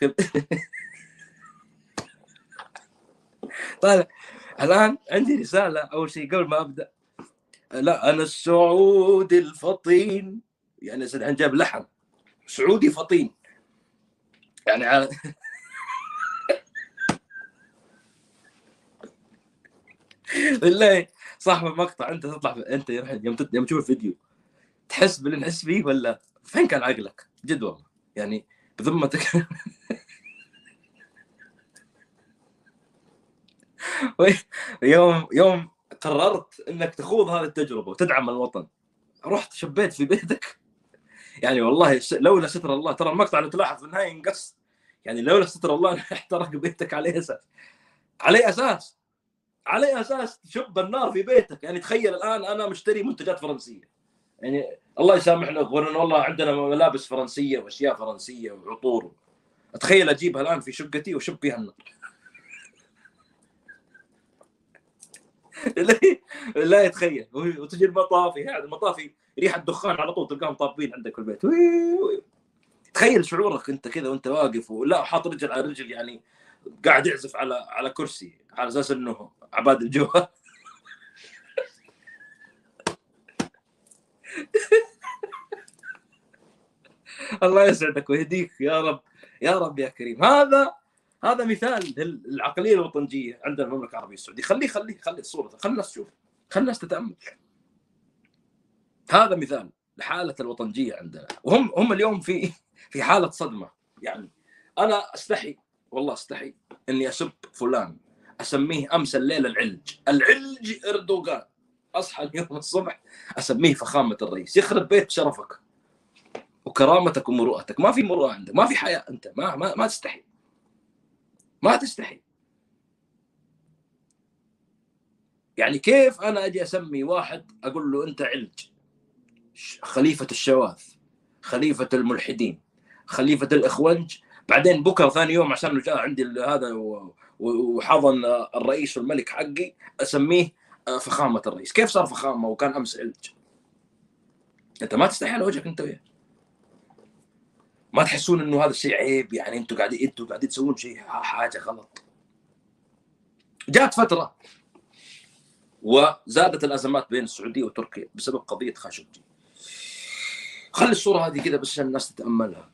طيب الآن عندي رسالة. أول شيء قبل ما أبدأ، لا أنا السعود الفطين، يعني الحين جاب لحن سعودي فطين يعني على بالله صاحب المقطع. انت تطلع انت يوم تشوف الفيديو تحس باللي نحس فيه ولا فين كان عقلك؟ جد والله يعني بذمتك. يوم قررت انك تخوض هذه التجربه وتدعم الوطن، رحت شبيت في بيتك. يعني والله لولا ستر الله، ترى المقطع لو تلاحظ في النهايه ينقص، يعني لولا ستر الله احترق بيتك على اساس تشب النار في بيتك. يعني تخيل الان انا مشتري منتجات فرنسيه، يعني الله يسامحنا والله عندنا ملابس فرنسيه واشياء فرنسيه وعطور، اتخيل اجيبها الان في شقتي وشب فيها النار. لا يتخيل. وتجي المطافي ريحه دخان على طول تلقاهم طابين عندك في البيت. تخيل شعورك انت كذا وانت واقف ولا حاط رجل على رجل، يعني قاعد يعزف على كرسي على اساس انه عباد الجوال. الله يسعدك ويهديك يا رب يا رب يا كريم. هذا مثال العقليه الوطنجيه عندنا المملكه العربيه السعوديه. خلي الصوره، خلي الناس تشوف، خلي الناس تتامل. هذا مثال لحاله الوطنجيه عندنا، وهم اليوم في حاله صدمه. يعني انا استحي، والله استحي اني اسب فلان، اسميه امس الليله العلج اردوغان، اصحى اليوم الصبح اسميه فخامه الرئيس. يخرب بيت شرفك وكرامتك ومروءتك. ما في مروءه عندك، ما في حياء. انت ما تستحي، ما تستحي. يعني كيف انا اجي اسمي واحد اقول له انت علج، خليفه الشواذ، خليفه الملحدين، خليفه الاخوانج، بعدين بكره ثاني يوم عشان جاء عندي هذا وحضن الرئيس والملك حقي اسميه فخامه الرئيس. كيف صار فخامه وكان امس علج؟ انت ما تستحي على وجهك انت وياه. ما تحسون انه هذا الشيء عيب؟ يعني انتم قاعدين تسوون شيء حاجه غلط. جاءت فتره وزادت الازمات بين السعوديه وتركيا بسبب قضيه خاشقجي. خلي الصوره هذه كذا بس عشان الناس تتاملها.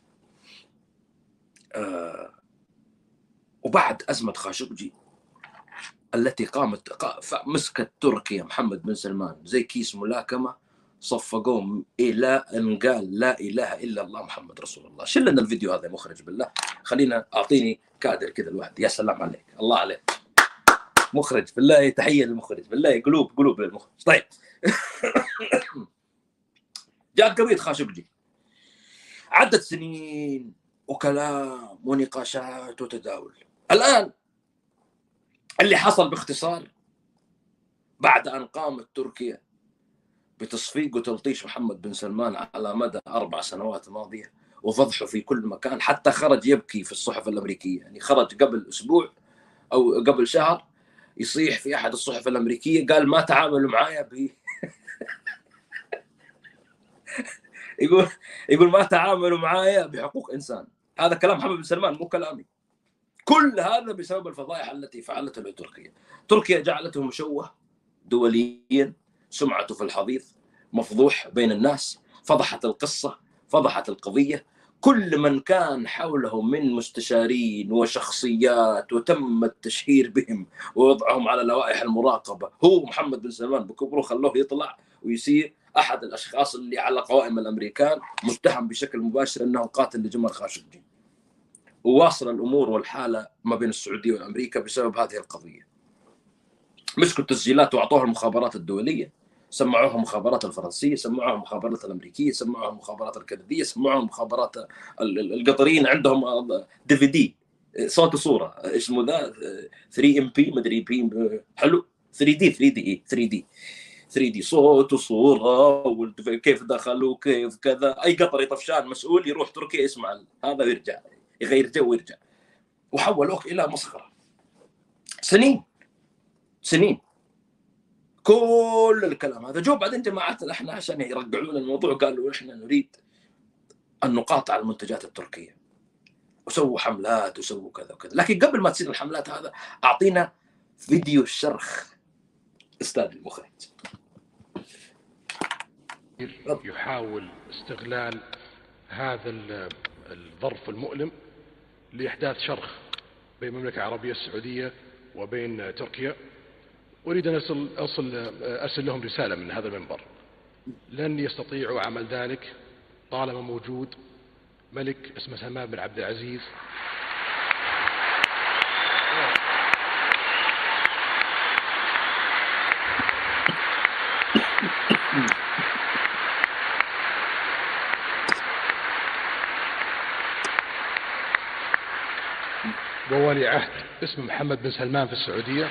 وبعد ازمه خاشقجي التي مسكت تركيا محمد بن سلمان زي كيس ملاكمه، صفقوه الى ان قال لا اله الا الله محمد رسول الله. شيل لنا الفيديو هذا يا مخرج بالله، خلينا اعطيني كادر كذا الواحد. يا سلام عليك، الله عليك مخرج بالله، تحيه للمخرج بالله، قلوب للمخرج. طيب جاءت قضيه خاشقجي، عدت سنين وكلام ونقاشات وتداول. الان اللي حصل باختصار، بعد ان قامت تركيا بتصفيق وتلطيش محمد بن سلمان على مدى 4 سنوات ماضيه وفضحه في كل مكان، حتى خرج يبكي في الصحف الامريكيه. يعني خرج قبل اسبوع او قبل شهر يصيح في احد الصحف الامريكيه، قال ما تعاملوا معايا يقول ما تعاملوا معايا بحقوق انسان. هذا كلام محمد بن سلمان مو كلامي. كل هذا بسبب الفضائح التي فعلتها لتركيا. تركيا جعلته مشوه دوليا، سمعته في الحضيض، مفضوح بين الناس، فضحت القصة، فضحت القضية. كل من كان حوله من مستشارين وشخصيات وتم التشهير بهم ووضعهم على لوائح المراقبة، هو محمد بن سلمان بكبره خلوه يطلع ويصير أحد الأشخاص اللي على قوائم الأمريكان، متهم بشكل مباشر أنه قاتل لجمال خاشقجي. وواصل الأمور والحالة ما بين السعودية والأمريكا بسبب هذه القضية. مسكوا التسجيلات وأعطوها المخابرات الدولية، سمعوها المخابرات الفرنسية، سمعوها المخابرات الأمريكية، سمعوها المخابرات الكندية، سمعوها المخابرات القطريين. عندهم DVD صوت وصورة اسمه ذا 3MP مدري بي حلو 3D صوت وصورة وكيف دخلوا كيف كذا. أي قطري طفشان مسؤول يروح تركيا يسمع هذا ويرجع يغير جو ويرجع. وحولوك إلى مسخرة. سنين كل الكلام هذا. جو بعدين جماعتنا احنا عشان يرجعون الموضوع قالوا احنا نريد ان نقاطع المنتجات التركيه، وسووا حملات وسووا كذا وكذا. لكن قبل ما تصير الحملات هذا اعطينا فيديو الشرخ استاذ المخرج. يحاول استغلال هذا الظرف المؤلم لإحداث شرخ بين المملكة العربية السعودية وبين تركيا. أريد أن أرسل لهم رسالة من هذا المنبر: لن يستطيعوا عمل ذلك طالما موجود ملك اسمه سلمان بن عبد العزيز وولي عهد اسمه محمد بن سلمان في السعودية،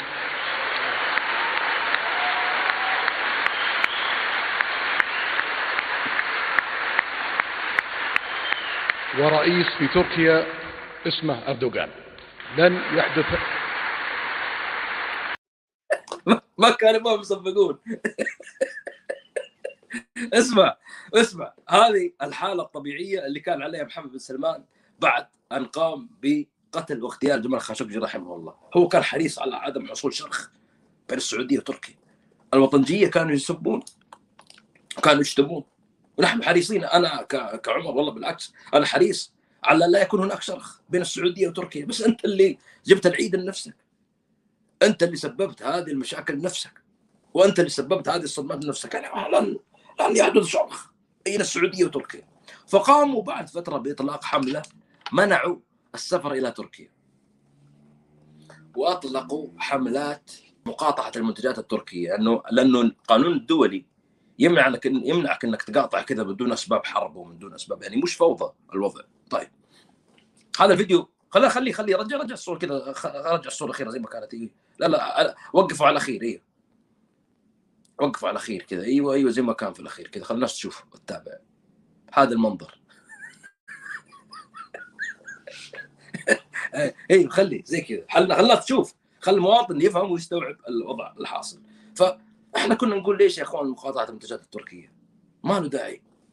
ورئيس في تركيا اسمه أردوغان. لن يحدث. ما كانوا مصفقون. اسمع هذه الحالة الطبيعية اللي كان عليها محمد بن سلمان بعد أن قام بقتل واغتيال جمال خاشقجي رحمه الله. هو كان حريص على عدم حصول شرخ بين السعودية وتركيا. الوطنجية كانوا يسبون، كانوا يشتمون، ونحن حريصين. أنا كعمر والله بالعكس أنا حريص على لا يكون هناك شرخ بين السعودية وتركيا. بس أنت اللي جبت العيد لنفسك، أنت اللي سببت هذه المشاكل لنفسك، وأنت اللي سببت هذه الصدمات لنفسك. يعني لن يحدث شرخ بين السعودية وتركيا. فقاموا بعد فترة بإطلاق حملة، منعوا السفر إلى تركيا وأطلقوا حملات مقاطعة المنتجات التركية، لأنه القانون الدولي يمنعك انك تقاطع كذا بدون اسباب حرب ومن دون اسباب، يعني مش فوضى الوضع. طيب هذا الفيديو خلي رجع الصوره كذا، رجع الصوره الاخيره زي ما كانت. لا وقفوا على الاخير. ايوه وقفوا على الاخير كذا. ايوه زي ما كان في الاخير كذا. خلي الناس تشوف وتتابع هذا المنظر. ايوه خلي زي كذا، خلنا تشوف، خلي المواطن يفهم ويستوعب الوضع الحاصل. فاحنا كنا نقول ليش يا اخوان مقاطعه المنتجات التركيه؟ ما له داعي.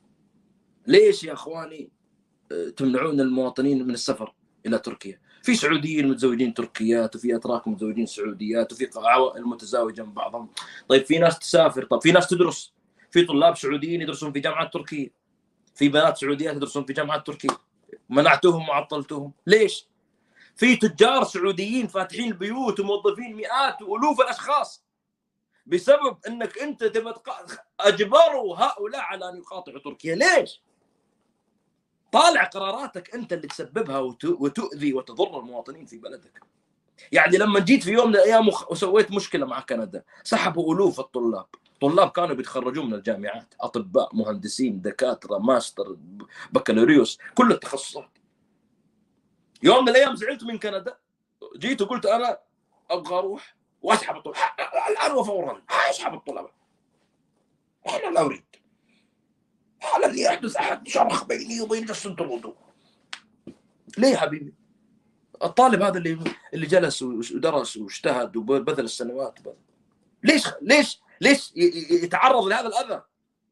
ليش يا اخواني تمنعون المواطنين من السفر الى تركيا؟ في سعوديين متزوجين تركيات، وفي اتراك متزوجين سعوديات، وفي عوائل متزاوجه من بعضهم. طيب في ناس تسافر، طب في ناس تدرس، في طلاب سعوديين يدرسون في جامعات تركيه، في بنات سعوديات يدرسون في جامعات تركيه، منعتهم وعطلتوهم ليش؟ في تجار سعوديين فاتحين البيوت وموظفين مئات والوف الاشخاص بسبب انك انت تبى اجبروا هؤلاء على ان يقاطعوا تركيا. ليش؟ طالع قراراتك انت اللي تسببها وتؤذي وتضر المواطنين في بلدك. يعني لما جيت في يوم من الايام وسويت مشكله مع كندا، سحبوا الوف الطلاب، طلاب كانوا بيتخرجون من الجامعات، اطباء، مهندسين، دكاتره، ماستر، بكالوريوس، كل التخصصات. يوم من الايام زعلت من كندا، جيت وقلت انا ابغى اروح واسحب الطلاب الان وفورا، اسحب الطلبه، انا لا اريد. هذا اللي يحدث احد شرخ بيني وبين جسم الوضوء. ليه يا حبيبي؟ الطالب هذا اللي جلس ودرس واجتهد وبذل السنوات، ليش يتعرض لهذا الاذى؟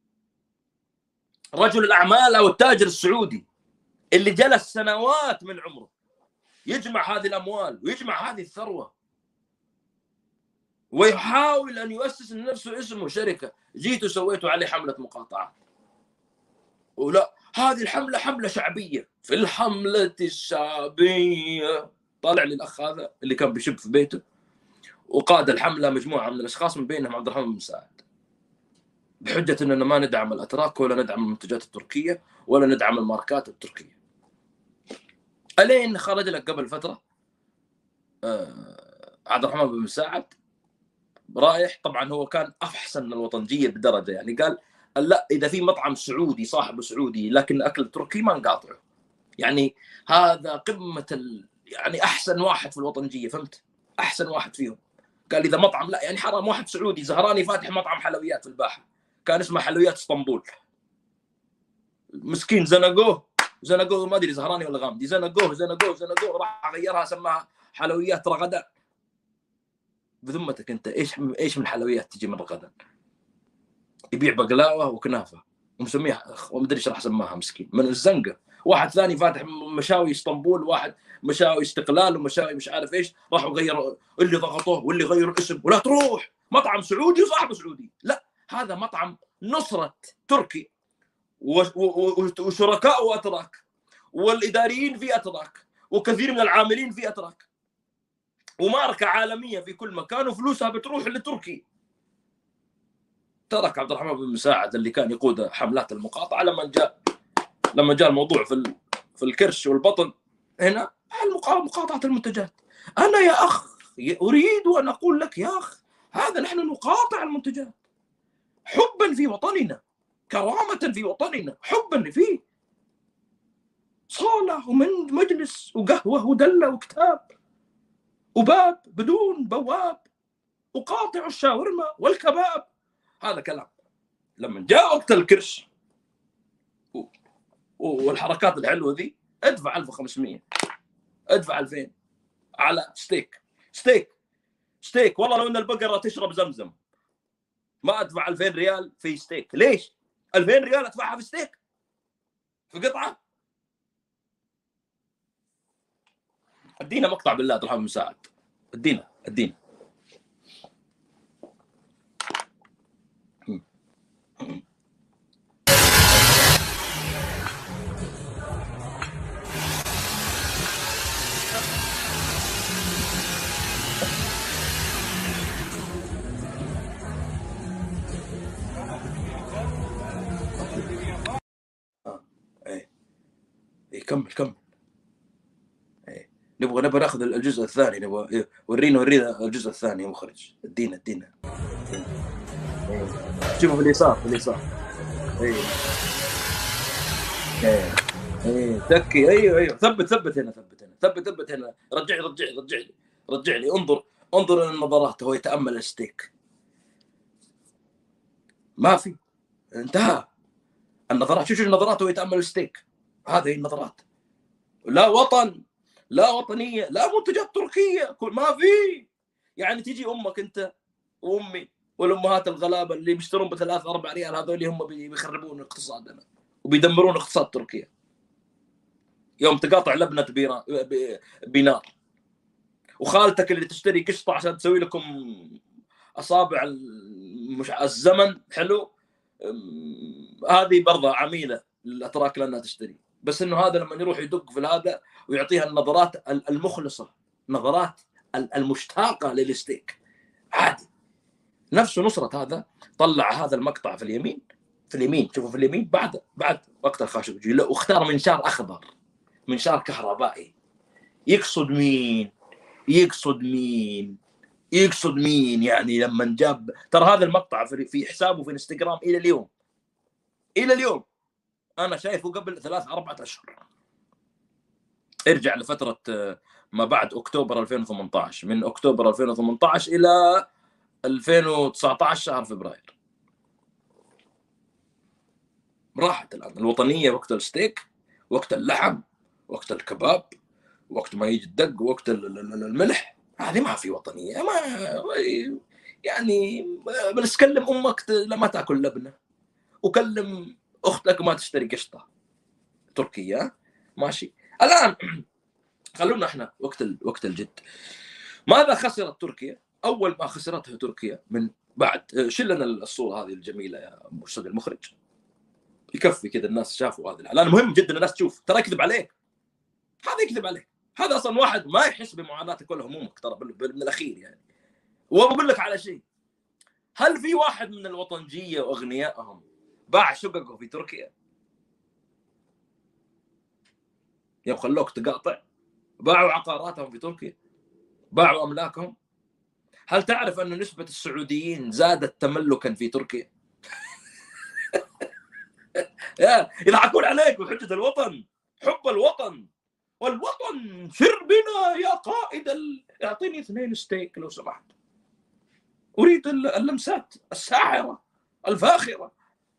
رجل الاعمال او التاجر السعودي اللي جلس سنوات من عمره يجمع هذه الاموال ويجمع هذه الثروه ويحاول ان يؤسس لنفسه اسمه شركه، جيت وسويتوا عليه حمله مقاطعات. ولا هذه الحمله حمله شعبيه، في الحمله الشعبيه طالع لي الاخ هذا اللي كان بيشب في بيته وقاد الحمله مجموعه من الاشخاص من بينهم عبد الرحمن بن مساعد، بحجه اننا ما ندعم الاتراك ولا ندعم المنتجات التركيه ولا ندعم الماركات التركيه. الين خرج لك قبل فتره عبد الرحمن بن مساعد رايح، طبعا هو كان افحسن الوطنجيه بدرجه، يعني قال لا اذا في مطعم سعودي صاحبه سعودي لكن اكل تركي ما نقاطعه. يعني هذا قمه يعني احسن واحد في الوطنجيه، فهمت؟ احسن واحد فيهم. قال اذا مطعم لا يعني حرام، واحد سعودي زهراني فاتح مطعم حلويات في الباحه، كان اسمه حلويات اسطنبول، مسكين زنقوه ما ادري زهراني ولا غامدي، زنقوه راح غيرها سماها حلويات رغدان. بذمتك انت ايش من حلويات تجي من رغدان؟ يبيع بقلاوه وكنافه ومسميها وما ادري ايش راح سماها مسكين من الزنقه. واحد ثاني فاتح مشاوي اسطنبول، واحد مشاوي استقلال ومشاوي مش عارف ايش، راحوا غيروا اللي ضغطوه واللي غيروا الاسم. ولا تروح مطعم سعودي وصاحبه سعودي، لا هذا مطعم نصرة تركي وشركاء اتراك والاداريين في اتراك وكثير من العاملين في اتراك وماركه عالميه في كل مكان وفلوسها بتروح لتركي. ترك عبد الرحمن بن مساعد اللي كان يقود حملات المقاطعه لما جاء الموضوع في الكرش والبطن هنا مقاطعه المنتجات. انا يا اخ اريد ان اقول لك يا اخ هذا نحن نقاطع المنتجات حبا في وطننا، كرامه في وطننا، حبا فيه. صاله ومن مجلس وقهوه ودله وكتاب وباب بدون بواب، وقاطع الشاورما والكباب. هذا كلام. لما جاء وقت الكرش والحركات الحلوه ذي، ادفع 1500، ادفع 2000 على ستيك. والله لو ان البقره تشرب زمزم ما ادفع 2000 ريال في ستيك. ليش 2000 ريال ادفعها في ستيك، في قطعه؟ ادينا مقطع بالله عبد الرحمن مساعد، ادينا كمل. نبغى ناخذ الجزء الثاني، نبغى ورينا الجزء الثاني يا مخرج. ادينا شوفوا في اليسار تكي. ايوه ثبت هنا رجع لي انظر الى النظرات. هو يتامل الستيك، ما في انتهى النظرات. شوف النظرات، هو يتامل الستيك. هذه النظرات، لا وطن، لا وطنيه، لا منتجات تركيه، ما في. يعني تيجي امك انت وامي والامهات الغلابه اللي بيشترون ب3-4 ريال، هذول هم بيخربون اقتصادنا وبيدمرون اقتصاد تركيا. يوم تقاطع لبنه بنار، وخالتك اللي تشتري قشطه عشان تسوي لكم اصابع الزمن حلو، هذه برضه عميله للاتراك لانها تشتري. بس انه هذا لما يروح يدق في هذا ويعطيها النظرات المخلصه، نظرات المشتاقه للستيك عادي. نفسه نصرة هذا طلع هذا المقطع في اليمين شوفوا في اليمين بعد وقت الخاشقجي، واختار منشار اخضر، منشار كهربائي. يقصد مين يعني لما جاب؟ ترى هذا المقطع في حسابه في انستغرام الى اليوم انا شايفه قبل 3-4 أشهر. ارجع لفتره ما بعد اكتوبر 2018، من اكتوبر 2018 الى 2019 شهر فبراير. راحت الان الوطنيه، وقت الستيك، وقت اللحم، وقت الكباب، وقت ما يجي الدق، وقت الملح. هذه ما في وطنيه. ما يعني بس كلم امك لما تاكل لبنه، وكلم اختك ما تشتري قشطه تركيا. ماشي. الان خلونا احنا وقت الجد. ماذا خسرت تركيا؟ اول ما خسرته تركيا من بعد، شيل لنا الصوره هذه الجميله يا استاذ المخرج، يكفي كذا الناس شافوا هذا الاعلان. مهم جدا الناس تشوف، ترى يكذب عليك، هذا يكذب عليك. هذا اصلا واحد ما يحس بمعاناتك ولا همومك ترى من الاخير يعني. وبقول لك على شيء، هل في واحد من الوطنجيه واغنيائهم باع شققه في تركيا؟ يوم خلوك تقاطع باعوا عقاراتهم في تركيا، باعوا املاكهم. هل تعرف ان نسبه السعوديين زادت تملكا في تركيا؟ يضحكون عليك بحجه الوطن، حب الوطن، والوطن سر بنا يا قائد اعطيني 2 ستيك لو سمحت، اريد اللمسات الساحره الفاخره.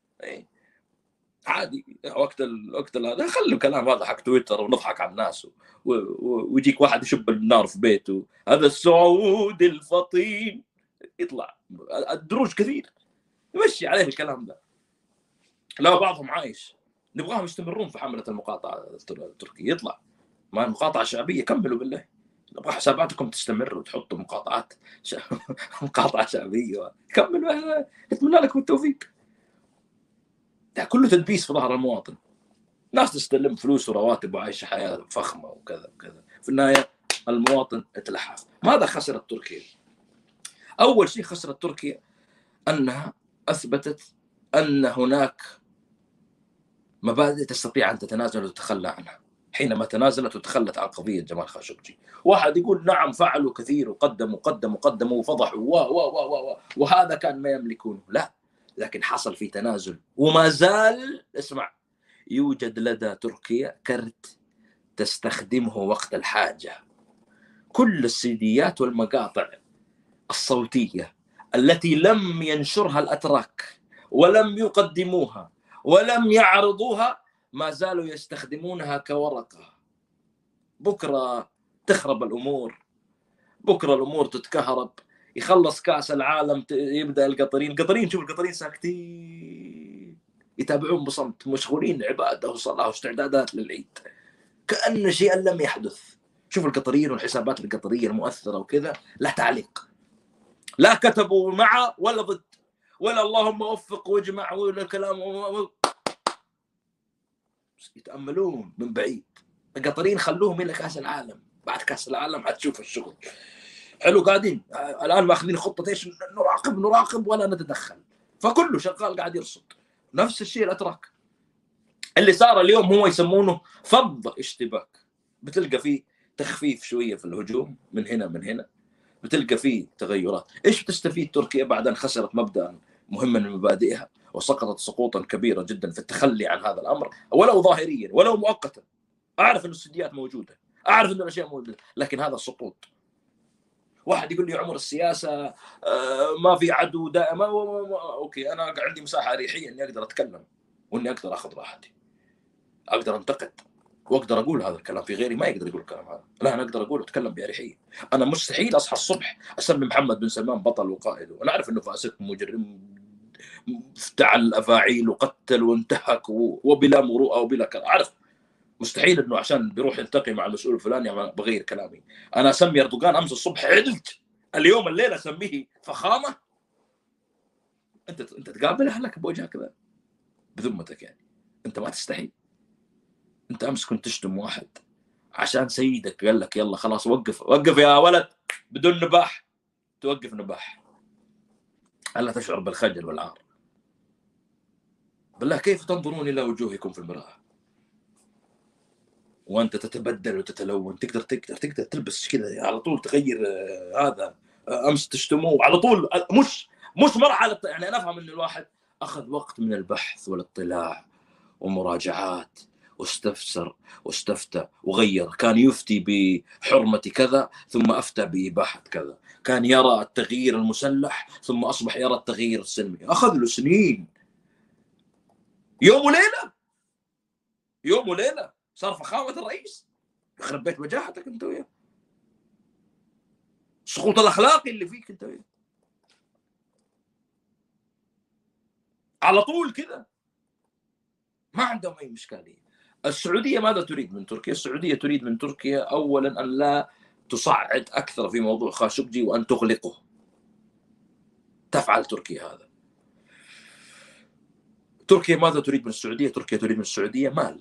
عادي وقت هذا خلوا كلام هذا حق تويتر ونضحك على الناس، ويجيك واحد يشب النار في بيته، هذا السعودي الفطين، يطلع الدروج كثير يمشي عليه الكلام ده. لا بعضهم عايش، نبغاهم يستمرون في حمله المقاطعه التركيه. يطلع ما المقاطعه الشعبيه، كملوا بالله، نبغى حساباتكم تستمر وتحطوا مقاطعه شعبيه، كملوا، اتمنى لكم التوفيق. ده كله تدبيس في ظهر المواطن. ناس تستلم فلوس ورواتب وعايشه حياه فخمه وكذا وكذا، في النهايه المواطن اتلحف. ماذا خسرت تركيا؟ اول شيء خسرت تركيا انها اثبتت ان هناك مبادئ تستطيع ان تتنازل وتتخلى عنها. حينما تنازلت وتخلت عن قضيه جمال خاشقجي، واحد يقول نعم فعلوا كثير وقدموا وفضحوا وهذا كان ما يملكونه، لا، لكن حصل في تنازل. وما زال اسمع، يوجد لدى تركيا كرت تستخدمه وقت الحاجه. كل السيديات والمقاطع الصوتيه التي لم ينشرها الاتراك ولم يقدموها ولم يعرضوها ما زالوا يستخدمونها كورقه. بكره تخرب الامور، بكره الامور تتكهرب، يخلص كاس العالم يبدا القطرين شوف القطرين ساكتين يتابعون بصمت، مشغولين عباده وصلاه واستعدادات للعيد كأن شيئا لم يحدث. شوف القطريين والحسابات القطريه المؤثره وكذا، لا تعليق، لا كتبوا مع ولا ضد ولا اللهم وفق واجمع ولا كلام، يتأملون من بعيد. القطريين خلوهم الى كاس العالم، بعد كاس العالم حتشوف الشغل حلو. قاعدين الان ماخذين خطه ايش؟ نراقب ولا نتدخل، فكله شغال قاعد يرصد. نفس الشيء الاتراك اللي صار اليوم هو يسمونه فض اشتباك. بتلقى فيه تخفيف شويه في الهجوم من هنا، بتلقى فيه تغيرات. ايش بتستفيد تركيا بعد ان خسرت مبدا مهما من مبادئها وسقطت سقوطا كبيرا جدا في التخلي عن هذا الامر، ولو ظاهريا ولو مؤقتا؟ اعرف ان السديات موجوده، اعرف ان الاشياء موجوده، لكن هذا سقوط. واحد يقول لي عمر السياسه ما في عدو دائما، اوكي انا عندي مساحه اريحيه اني اقدر اتكلم واني اقدر اخذ راحتي، اقدر انتقد واقدر اقول هذا الكلام. في غيري ما يقدر يقول الكلام هذا، لا انا اقدر اقول واتكلم باريحيه. انا مستحيل اصحى الصبح اسمي محمد بن سلمان بطل وقائد، وانا اعرف انه فاسق مجرم افتعل الافاعيل وقتل وانتهك وبلا مروءه وبلا كلام. عارف مستحيل انه عشان بيروح يلتقي مع المسؤول الفلاني بغير كلامي. انا اسمي اردوغان امس الصبح عدلت، اليوم الليله اسميه فخامه. انت تقابل اهلك بوجه كذا بذمتك؟ يعني انت ما تستحي؟ انت امس كنت تشتم واحد عشان سيدك قال لك يلا خلاص وقف يا ولد بدون نباح، توقف نباح. الا تشعر بالخجل والعار؟ بالله كيف تنظرون الى وجوهكم في المراه وانت تتبدل وتتلون؟ تقدر تلبس كذا على طول تغير هذا. امس تشتموه على طول، مش مرحله. يعني انا افهم ان الواحد اخذ وقت من البحث والاطلاع ومراجعات واستفسر واستفتى وغير. كان يفتي بحرمة كذا ثم أفتى بإباحة كذا، كان يرى التغيير المسلح ثم أصبح يرى التغيير السلمي. أخذ له سنين، يوم وليلة صار فخامة الرئيس. يخرب بيت وجاهتك أنت وياه، السقوط الأخلاقي اللي فيك أنت وياه على طول كذا. ما عندهم أي إشكالية. السعودية ماذا تريد من تركيا؟ السعودية تريد من تركيا أولا أن لا تصعد أكثر في موضوع خاشقجي وأن تغلقه. تفعل تركيا هذا. تركيا ماذا تريد من السعودية؟ تركيا تريد من السعودية مال،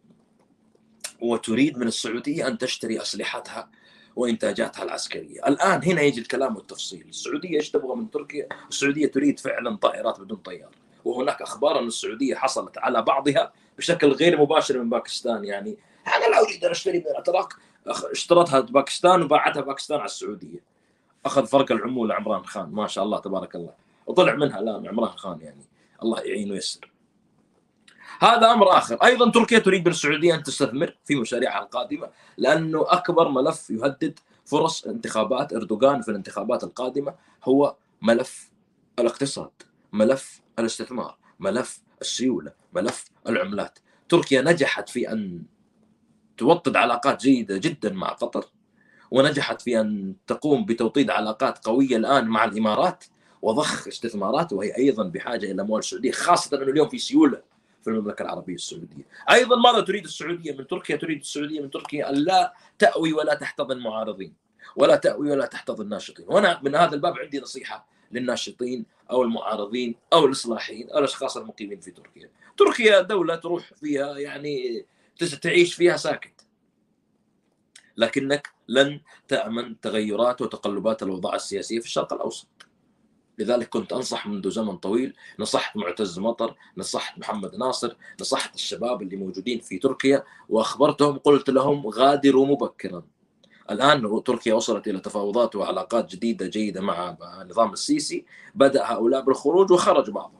وتريد من السعودية أن تشتري أسلحتها وإنتاجاتها العسكرية. الآن هنا يجي الكلام والتفصيل. السعودية إيش تبغى من تركيا؟ السعودية تريد فعلا طائرات بدون طيار، وهناك أخبار أن السعودية حصلت على بعضها بشكل غير مباشر من باكستان. يعني أنا لا أريد أن أشتري من الأتراك، اشترتها باكستان وباعتها باكستان على السعودية. أخذ فرق العمولة عمران خان ما شاء الله تبارك الله، وطلع منها الآن عمران خان، يعني الله يعينه ويسر. هذا أمر آخر. أيضا تركيا تريد من السعودية أن تستثمر في مشاريعها القادمة، لأنه أكبر ملف يهدد فرص انتخابات أردوغان في الانتخابات القادمة هو ملف الاقتصاد، ملف الاستثمار، ملف السيولة، ملف العملات. تركيا نجحت في أن توطد علاقات جيدة جدا مع قطر، ونجحت في أن تقوم بتوطيد علاقات قوية الآن مع الإمارات وضخ استثمارات، وهي أيضا بحاجة إلى أموال سعودية، خاصة أنه اليوم في سيولة في المملكة العربية السعودية. أيضا ماذا تريد السعودية من تركيا؟ تريد السعودية من تركيا أن لا تأوي ولا تحتضن معارضين، ولا تأوي ولا تحتضن ناشطين. وأنا من هذا الباب عندي نصيحة للناشطين أو المعارضين أو الإصلاحيين أو الأشخاص المقيمين في تركيا. تركيا دولة تروح فيها يعني تعيش فيها ساكت، لكنك لن تأمن تغيرات وتقلبات الأوضاع السياسية في الشرق الأوسط. لذلك كنت أنصح منذ زمن طويل، نصحت معتز مطر، نصحت محمد ناصر، نصحت الشباب اللي موجودين في تركيا وأخبرتهم، قلت لهم غادروا مبكرا. الآن تركيا وصلت إلى تفاوضات وعلاقات جديدة جيدة مع نظام السيسي، بدأ هؤلاء بالخروج وخرج بعضهم.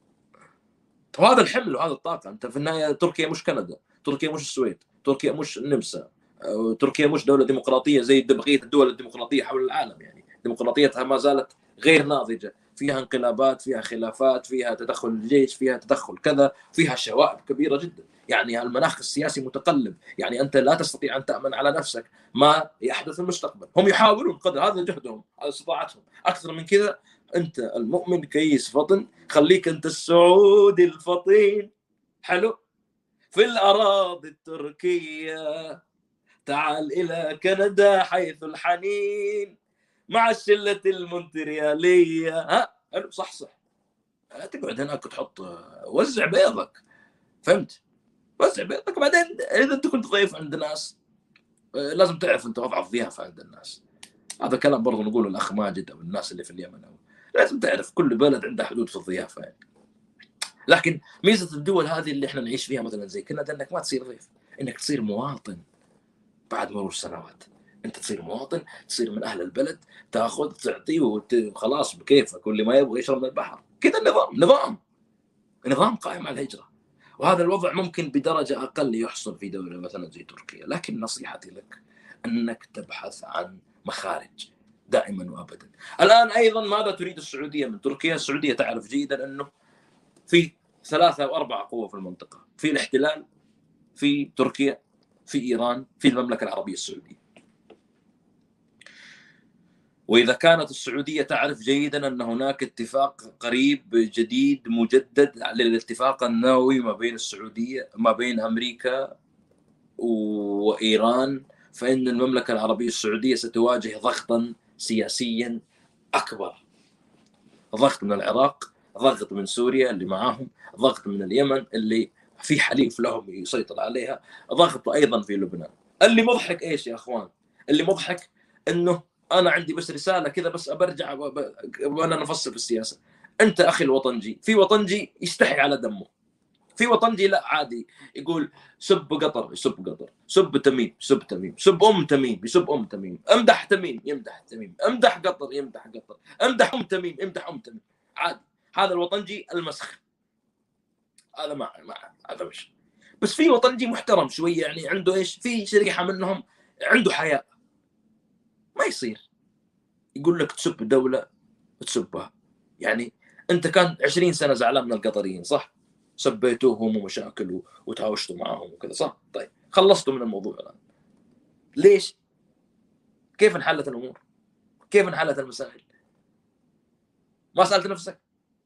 وهذا الحمل وهذا الطاقة. أنت في النهاية تركيا مش كندا، تركيا مش السويد، تركيا مش النمسا، تركيا مش دولة ديمقراطية زي بقية الدول الديمقراطية حول العالم. يعني ديمقراطيتها ما زالت غير ناضجة، فيها انقلابات، فيها خلافات، فيها تدخل الجيش، فيها تدخل كذا، فيها شوائب كبيرة جدا. يعني المناخ السياسي متقلب، يعني أنت لا تستطيع أن تأمن على نفسك ما يحدث في المستقبل. هم يحاولون قدر هذا جهدهم، هذا استطاعتهم. أكثر من كذا أنت المؤمن كيس فطن، خليك أنت السعودي الفطين حلو في الأراضي التركية، تعال إلى كندا حيث الحنين مع الشلة المونتريالية. ها حلو صح تقعد هناك وتحط وزع بيضك، فهمت؟ وزع بيضك. بعدين إذا أنت كنت ضيف عند ناس لازم تعرف أنت وضع الضيافة عند الناس. هذا كلام برضو نقوله الأخ ماجد أو الناس اللي في اليمن، أو لازم تعرف كل بلد عندها حدود في الضيافة يعني. لكن ميزة الدول هذه اللي احنا نعيش فيها مثلا زي كندا انك ما تصير ضيف، انك تصير مواطن. بعد مرور السنوات انت تصير مواطن، تصير من اهل البلد، تاخذ تعطي وخلاص بكيفك، واللي ما يبغى يشرب من البحر. كذا نظام قائم على الهجرة. وهذا الوضع ممكن بدرجة اقل يحصل في دولة مثلا زي تركيا، لكن نصيحتي لك انك تبحث عن مخارج دائما وابدا. الان ايضا ماذا تريد السعودية من تركيا؟ السعودية تعرف جيدا انه في 3 أو 4 قوى في المنطقة، في الاحتلال، في تركيا، في إيران، في المملكة العربية السعودية. وإذا كانت السعودية تعرف جيدا أن هناك اتفاق قريب جديد مجدد للاتفاق النووي ما بين السعودية ما بين أمريكا وإيران، فإن المملكة العربية السعودية ستواجه ضغطا سياسيا أكبر، ضغط من العراق، ضغط من سوريا اللي معاهم، ضغط من اليمن اللي في حليف لهم يسيطر عليها، ضغط أيضا في لبنان. اللي مضحك إيش يا أخوان؟ اللي مضحك إنه أنا عندي بس رسالة كذا بس أبرجع وأنا نفصل في السياسة. أنت أخي الوطنجي، في وطنجي يستحي على دمه، في وطنجي لا عادي يقول سب قطر يسب قطر، سب تميم يسب تميم، سب تميم يسب تميم، امدح تميم يمدح تميم، امدح قطر يمدح قطر، امدح تميم يمدح تميم، عادي. هذا الوطنجي المسخ، هذا ما هذا مش. بس في وطنجي محترم شويه، يعني عنده ايش، في شريحه منهم عنده حياء. ما يصير يقول لك تسب دوله تسبها. يعني انت كان 20 سنه زعلان من القطريين صح؟ سبيتوهم ومشاكل وتهاوشتوا معهم وكذا صح؟ طيب خلصتوا من الموضوع الان. ليش؟ كيف انحلت الامور؟ كيف انحلت المسائل؟ ما سالت نفسك؟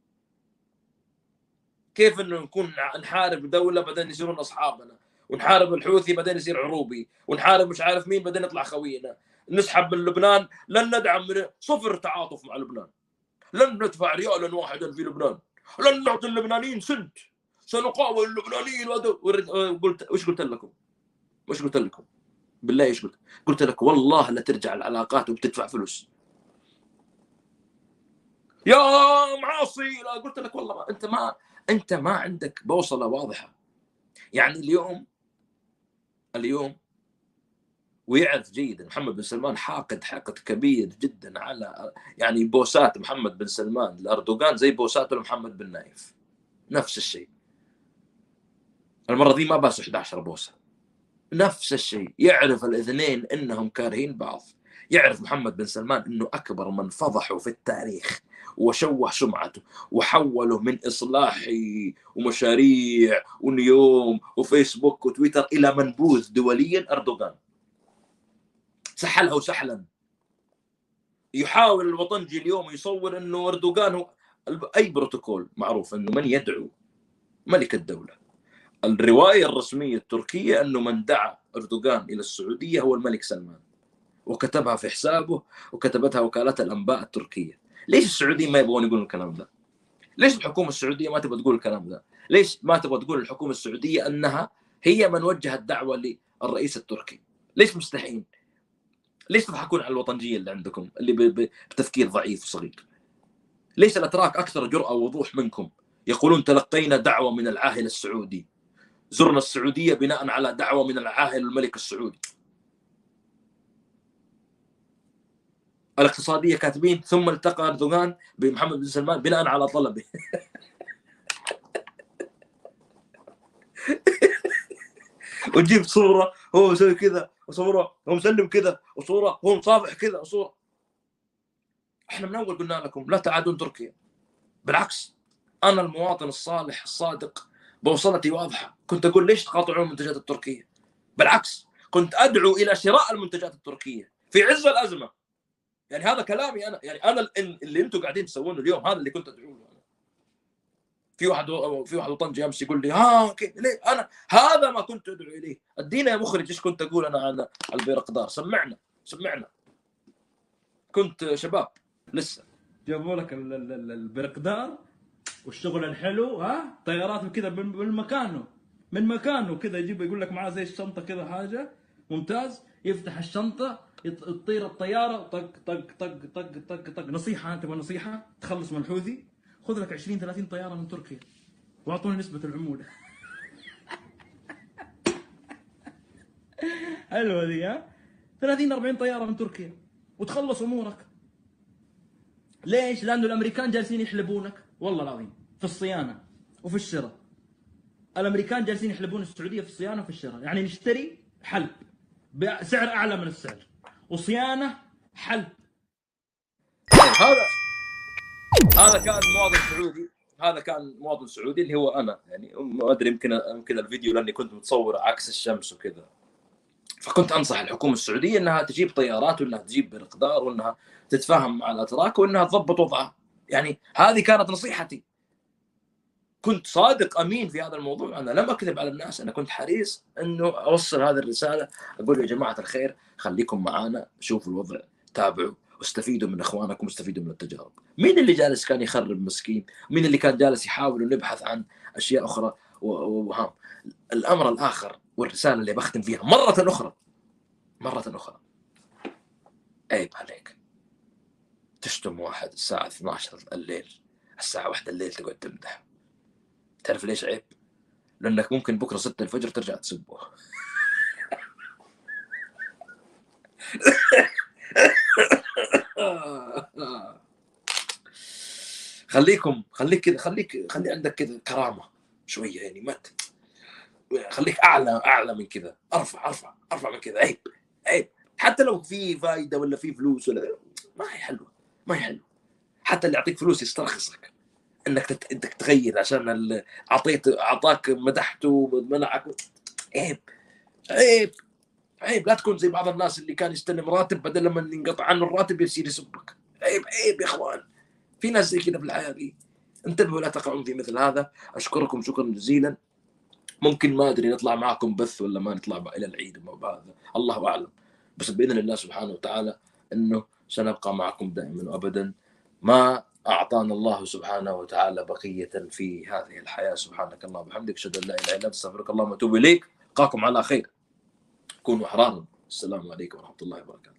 كيف انه نكون نحارب دوله بعدين يصيرون اصحابنا، ونحارب الحوثي بعدين يصير عروبي، ونحارب مش عارف مين بعدين يطلع خوينا، نسحب من لبنان، لن ندعم من صفر تعاطف مع لبنان، لن ندفع ريالا واحدا في لبنان، لن نعطي اللبنانيين سنت، سنقاوم اللبنانيين. قلت وش قلت لكم؟ وش قلت لكم؟ بالله ايش قلت؟ قلت لك والله لا ترجع العلاقات وبتدفع فلوس يا معاصي. لا قلت لك والله انت ما عندك بوصله واضحه. يعني اليوم ويعرف جيدا محمد بن سلمان حاقد كبير جدا على، يعني بوسات محمد بن سلمان لاردوغان زي بوساته لمحمد بن نايف، نفس الشيء. المره دي ما باسوا 11 بوسه، نفس الشيء. يعرف الاثنين انهم كارهين بعض. يعرف محمد بن سلمان انه اكبر من فضحوا في التاريخ وشوه سمعته وحوله من اصلاحي ومشاريع ونيوم وفيسبوك وتويتر الى منبوذ دوليا اردوغان. سحلها وسحلا. يحاول الوطنجي اليوم يصور انه اردوغان هو اي بروتوكول معروف انه من يدعو ملك الدوله. الروايه الرسميه التركيه انه من دعا اردوغان الى السعوديه هو الملك سلمان، وكتبها في حسابه وكتبتها وكاله الانباء التركيه. ليش السعوديين ما يبغون يقولوا الكلام ده؟ ليش الحكومه السعوديه ما تبغى تقول الكلام ده؟ ليش ما تبغى تقول الحكومه السعوديه انها هي من وجه الدعوه للرئيس التركي؟ ليش مستحيين؟ ليش تضحكون على الوطنجيه اللي عندكم اللي بتفكير ضعيف وصغير؟ ليش الاتراك اكثر جرأه ووضوح منكم؟ يقولون تلقينا دعوه من العاهل السعودي، زرنا السعوديه بناء على دعوه من العاهل الملك السعودي. الاقتصاديه كاتبين ثم التقى اردوغان بمحمد بن سلمان بناء على طلبه. وتجيب صوره هو مسوي كذا، وصوره هو مسلم كذا، وصوره هو مصافح كذا، وصوره. احنا من اول قلنا لكم لا تعادون تركيا. بالعكس، انا المواطن الصالح الصادق بوصلتي واضحه، كنت اقول ليش تقاطعون المنتجات التركيه؟ بالعكس كنت ادعو الى شراء المنتجات التركيه في عز الازمه. يعني هذا كلامي انا، يعني انا اللي انتم قاعدين تسوونه اليوم هذا اللي كنت ادعو له. في واحد وطنجي امس يقول لي ليه انا هذا ما كنت ادعو اليه. ادينا يا مخرج ايش كنت اقول انا عن البيرقدار؟ سمعنا. كنت شباب لسه. جابوا لك البيرقدار والشغل الحلو، ها طيارات وكذا من مكانه كذا، يجيب يقول لك معاه زي الشنطه كذا حاجه ممتاز، يفتح الشنطه تطير الطياره طق طق طق طق طق طق. نصيحه، انت نصيحه تخلص من الحوثي، خذ لك 20-30 طياره من تركيا واعطوني نسبه العموله. حلوه ذي، ها 30-40 طياره من تركيا وتخلص امورك. ليش؟ لانه الامريكان جالسين يحلبونك والله العظيم في الصيانه وفي الشراء. الامريكان جالسين يحلبون السعوديه في الصيانه وفي الشراء، يعني نشتري حلب بسعر اعلى من السعر وصيانه حلب. هذا كان مواطن سعودي اللي هو انا. يعني ما ادري، يمكن الفيديو لاني كنت متصور عكس الشمس وكذا. فكنت انصح الحكومه السعوديه انها تجيب طيارات، وانها تجيب بالاقدار، وانها تتفاهم مع الاتراك، وانها تضبط وضعها. يعني هذه كانت نصيحتي. كنت صادق امين في هذا الموضوع، انا لم اكذب على الناس، انا كنت حريص انه اوصل هذه الرساله، اقول يا جماعه الخير خليكم معانا، شوفوا الوضع، تابعوا واستفيدوا من اخوانكم، واستفيدوا من التجارب. مين اللي جالس كان يخرب مسكين؟ مين اللي كان جالس يحاول نبحث عن اشياء اخرى وهام؟ الامر الاخر والرساله اللي بختم فيها مره اخرى، عيب عليك تشتم واحد الساعه 12 الليل، الساعه 1 الليل تقعد تمدح. تعرف ليش عيب؟ لانك ممكن بكره 6 الفجر ترجع تسبه. خلي عندك كذا كرامه شويه، يعني ما خليك اعلى من كذا، ارفع من كذا. عيب حتى لو في فايده ولا في فلوس ولا ما هي حلوه. حتى اللي يعطيك فلوس يسترخصك انك تغير عشان اعطاك مدحته ومنعك. عيب لا تكون زي بعض الناس اللي كان يستلم راتب، بدل لما ينقطع عنه الراتب يصير يسبك. عيب يا اخوان، في ناس زي كذا في الحياه دي. انتبهوا لا تقعون في مثل هذا. اشكركم شكرا جزيلا. ممكن ما ادري نطلع معكم بث ولا ما نطلع الى العيد، هذا الله اعلم، بس باذن الله سبحانه وتعالى انه سنبقى معكم دائما وابدا ما اعطانا الله سبحانه وتعالى بقيه في هذه الحياه. سبحانك اللهم وبحمدك، اشهد ان لا اله الا انت، استغفرك اللهم واتوب اليك. القاكم على خير، كونوا احرارا. السلام عليكم ورحمه الله وبركاته.